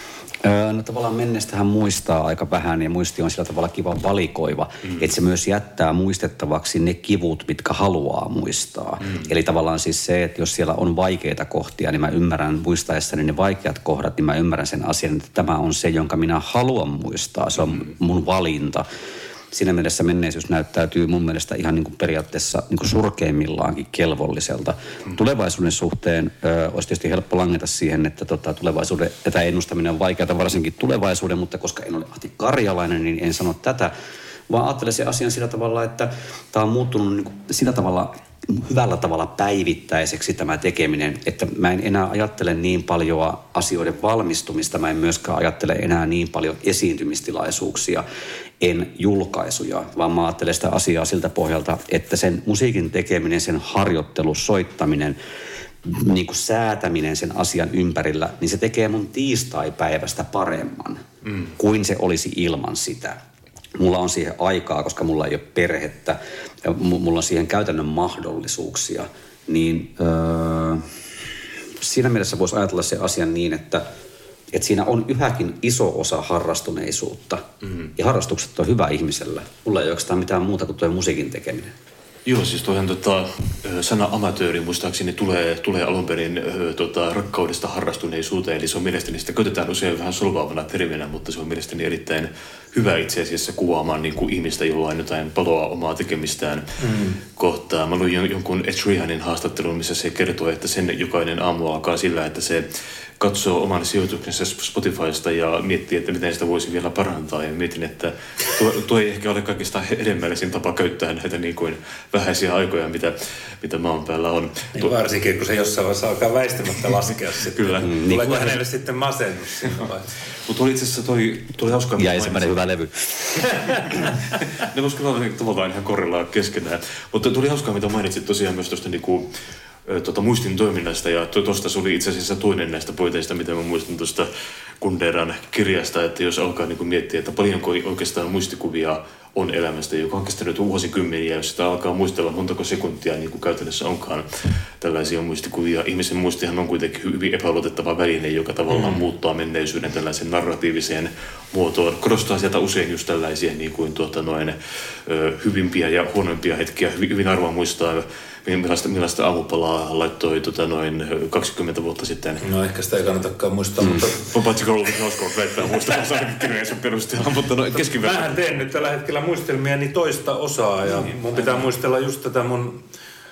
No tavallaan mennestähän muistaa aika vähän ja muisti on sillä tavalla kiva valikoiva, mm. että se myös jättää muistettavaksi ne kivut, mitkä haluaa muistaa. Mm. Eli tavallaan siis se, että jos siellä on vaikeita kohtia, niin mä ymmärrän muistaessani ne vaikeat kohdat, niin mä ymmärrän sen asian, että tämä on se, jonka minä haluan muistaa. Se on mm. mun valinta. Siinä mielessä menneisyys näyttäytyy mun mielestä ihan niin kuin periaatteessa niin kuin surkeimmillaan kelvolliselta. Mm. Tulevaisuuden suhteen ö, olisi tietysti helppo langeta siihen, että tota, tulevaisuuden etäennustaminen on vaikeaa, varsinkin tulevaisuuden, mutta koska en ole Ahti Karjalainen, niin en sano tätä, vaan ajattelen sen asian sillä tavalla, että tämä on muuttunut niin kuin sillä tavalla hyvällä tavalla päivittäiseksi tämä tekeminen, että mä en enää ajattele niin paljon asioiden valmistumista, mä en myöskään ajattele enää niin paljon esiintymistilaisuuksia, en julkaisuja, vaan mä ajattelen sitä asiaa siltä pohjalta, että sen musiikin tekeminen, sen harjoittelu, soittaminen, niin kuin säätäminen sen asian ympärillä, niin se tekee mun tiistai-päivästä paremman mm. kuin se olisi ilman sitä. Mulla on siihen aikaa, koska mulla ei ole perhettä ja mulla on siihen käytännön mahdollisuuksia, niin öö, siinä mielessä voisi ajatella se asian niin, että, että siinä on yhäkin iso osa harrastuneisuutta. Mm-hmm. Ja harrastukset on hyvä ihmisellä. Mulla ei oikeastaan mitään muuta kuin tuo musiikin tekeminen. Joo, siis tuohan tota, sana amatööri muistaakseni tulee, tulee alun perin tota, rakkaudesta harrastuneisuuteen, eli se on mielestäni, sitä käytetään usein vähän solvaavana terminä, mutta se on mielestäni erittäin hyvä itse asiassa kuvaamaan niin kuin ihmistä, jolla on jotain paloa omaa tekemistään mm. kohtaan. Mä luin jonkun Ed Sheeranin haastattelun, missä se kertoo, että sen jokainen aamu alkaa sillä, että se katsoo oman sijoituksensa Spotifysta ja miettii, että miten sitä voisi vielä parantaa. Ja mietin, että tuo, tuo ei ehkä ole kaikista hedelmällisin tapa käyttää näitä niin kuin vähäisiä aikoja, mitä, mitä maan päällä on. Niin tuo... varsinkin, kun se jossain vaiheessa alkaa väistämättä laskea sitten. Kyllä. Mm, tuleeko hänelle niin, sitten masennus siinä vaiheessa? Mutta itse asiassa toi, toi hauskaa... Ja ensimmäinen hyvä levy. Ne voisi kyllä tavallaan ihan korrellaan keskenään. Mutta tuli hauskaa, mitä mainitsit tosiaan myös tuosta niinku... Tuota, muistin toiminnasta ja tuosta se oli itse asiassa toinen näistä pointeista, mitä mä muistin tuosta Kunderan kirjasta, että jos alkaa niin kuin miettiä, että paljonko oikeastaan muistikuvia on elämästä, joka on kestänyt vuosikymmeniä, jos sitä alkaa muistella montako sekuntia niin kuin käytännössä onkaan tällaisia muistikuvia. Ihmisen muistihan on kuitenkin hyvin epäluotettava väline, joka tavallaan mm. muuttaa menneisyyden tällaisen narratiiviseen muotoon. Korostaa sieltä usein just tällaisia niin kuin tuota, noin, ö, hyvimpiä ja huonoimpia hetkiä. Hyvin, hyvin harvoin muistaa, millaista, millaista aamupalaa laittoi tota, noin kaksikymmentä vuotta sitten. No ehkä sitä ei kannatakaan muistaa, mm. mutta... Paitsi Golden Housecourt väittää muistamassa ainakin kirjeensa perusteella, mutta no keskiverran. Mähän teen nyt tällä hetkellä muistelmiani toista osaa ja niin, mun pitää muistella just tätä mun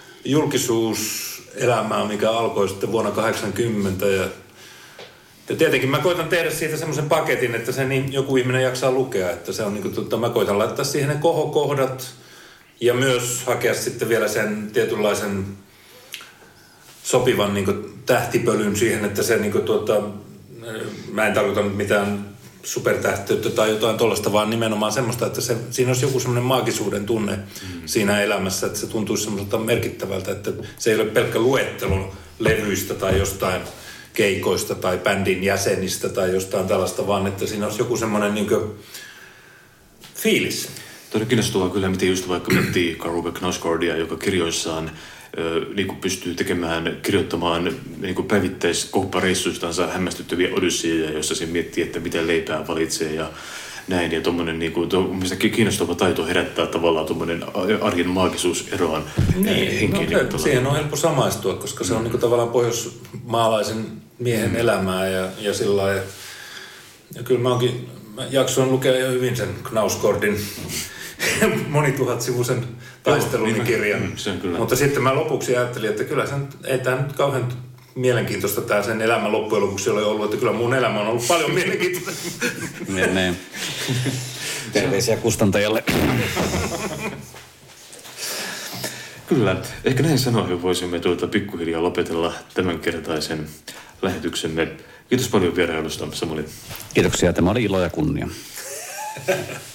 julkisuuselämää, mikä alkoi sitten vuonna kahdeksankymmentä ja ja tietenkin mä koitan tehdä siitä semmoisen paketin, että sen niin joku ihminen jaksaa lukea, että se on niin kuin, tota, mä koitan laittaa siihen ne kohokohdat ja myös hakea sitten vielä sen tietynlaisen sopivan niin kuin tähtipölyn siihen, että se niin kuin, tuota, mä en tarkoita mitään supertähteyttä tai jotain tollaista, vaan nimenomaan semmoista, että se, siinä olisi joku semmoinen maagisuuden tunne mm. siinä elämässä, että se tuntuisi semmoiselta merkittävältä, että se ei ole pelkkä luettelo levyistä tai jostain keikoista tai bändin jäsenistä tai jostain tällaista, vaan että siinä olisi joku semmoinen niin kuin fiilis. Tuo on kiinnostavaa kyllä, miten just vaikka miettii Karube Knausgårdia, joka kirjoissaan niin kuin pystyy tekemään, kirjoittamaan niin kuin päivittäiskohpareissuistansa hämmästyttäviä odysseja, joissa se miettii, että miten leipää valitsee ja näin. Ja tuommoinen niin kuin, tuo, kiinnostava taito herättää tavallaan tuommoinen arjen maagisuus eroon niin, henkiin. No, niin siihen on helppo samaistua, koska se on niin kuin tavallaan pohjoismaalaisen miehen mm. elämää ja, ja sillä lailla. Ja kyllä mä onkin, mä jaksoin lukea jo hyvin sen Knausgårdin monituhatsivuisen taistelunikirjan. Mm, mutta sitten mä lopuksi ajattelin, että kyllä sen, ei tämä nyt kauhean mielenkiintoista tämä sen elämä loppujen lopuksi ole ollut, että kyllä mun elämä on ollut paljon mielenkiintoista. Niin. Terveisiä kustantajalle. Kyllä. Ehkä näin sanoen voisimme tuota pikkuhiljaa lopetella tämänkertaisen lähetyksemme. Kiitos paljon vierailusta, Samuli. Kiitoksia. Tämä oli ilo ja kunnia.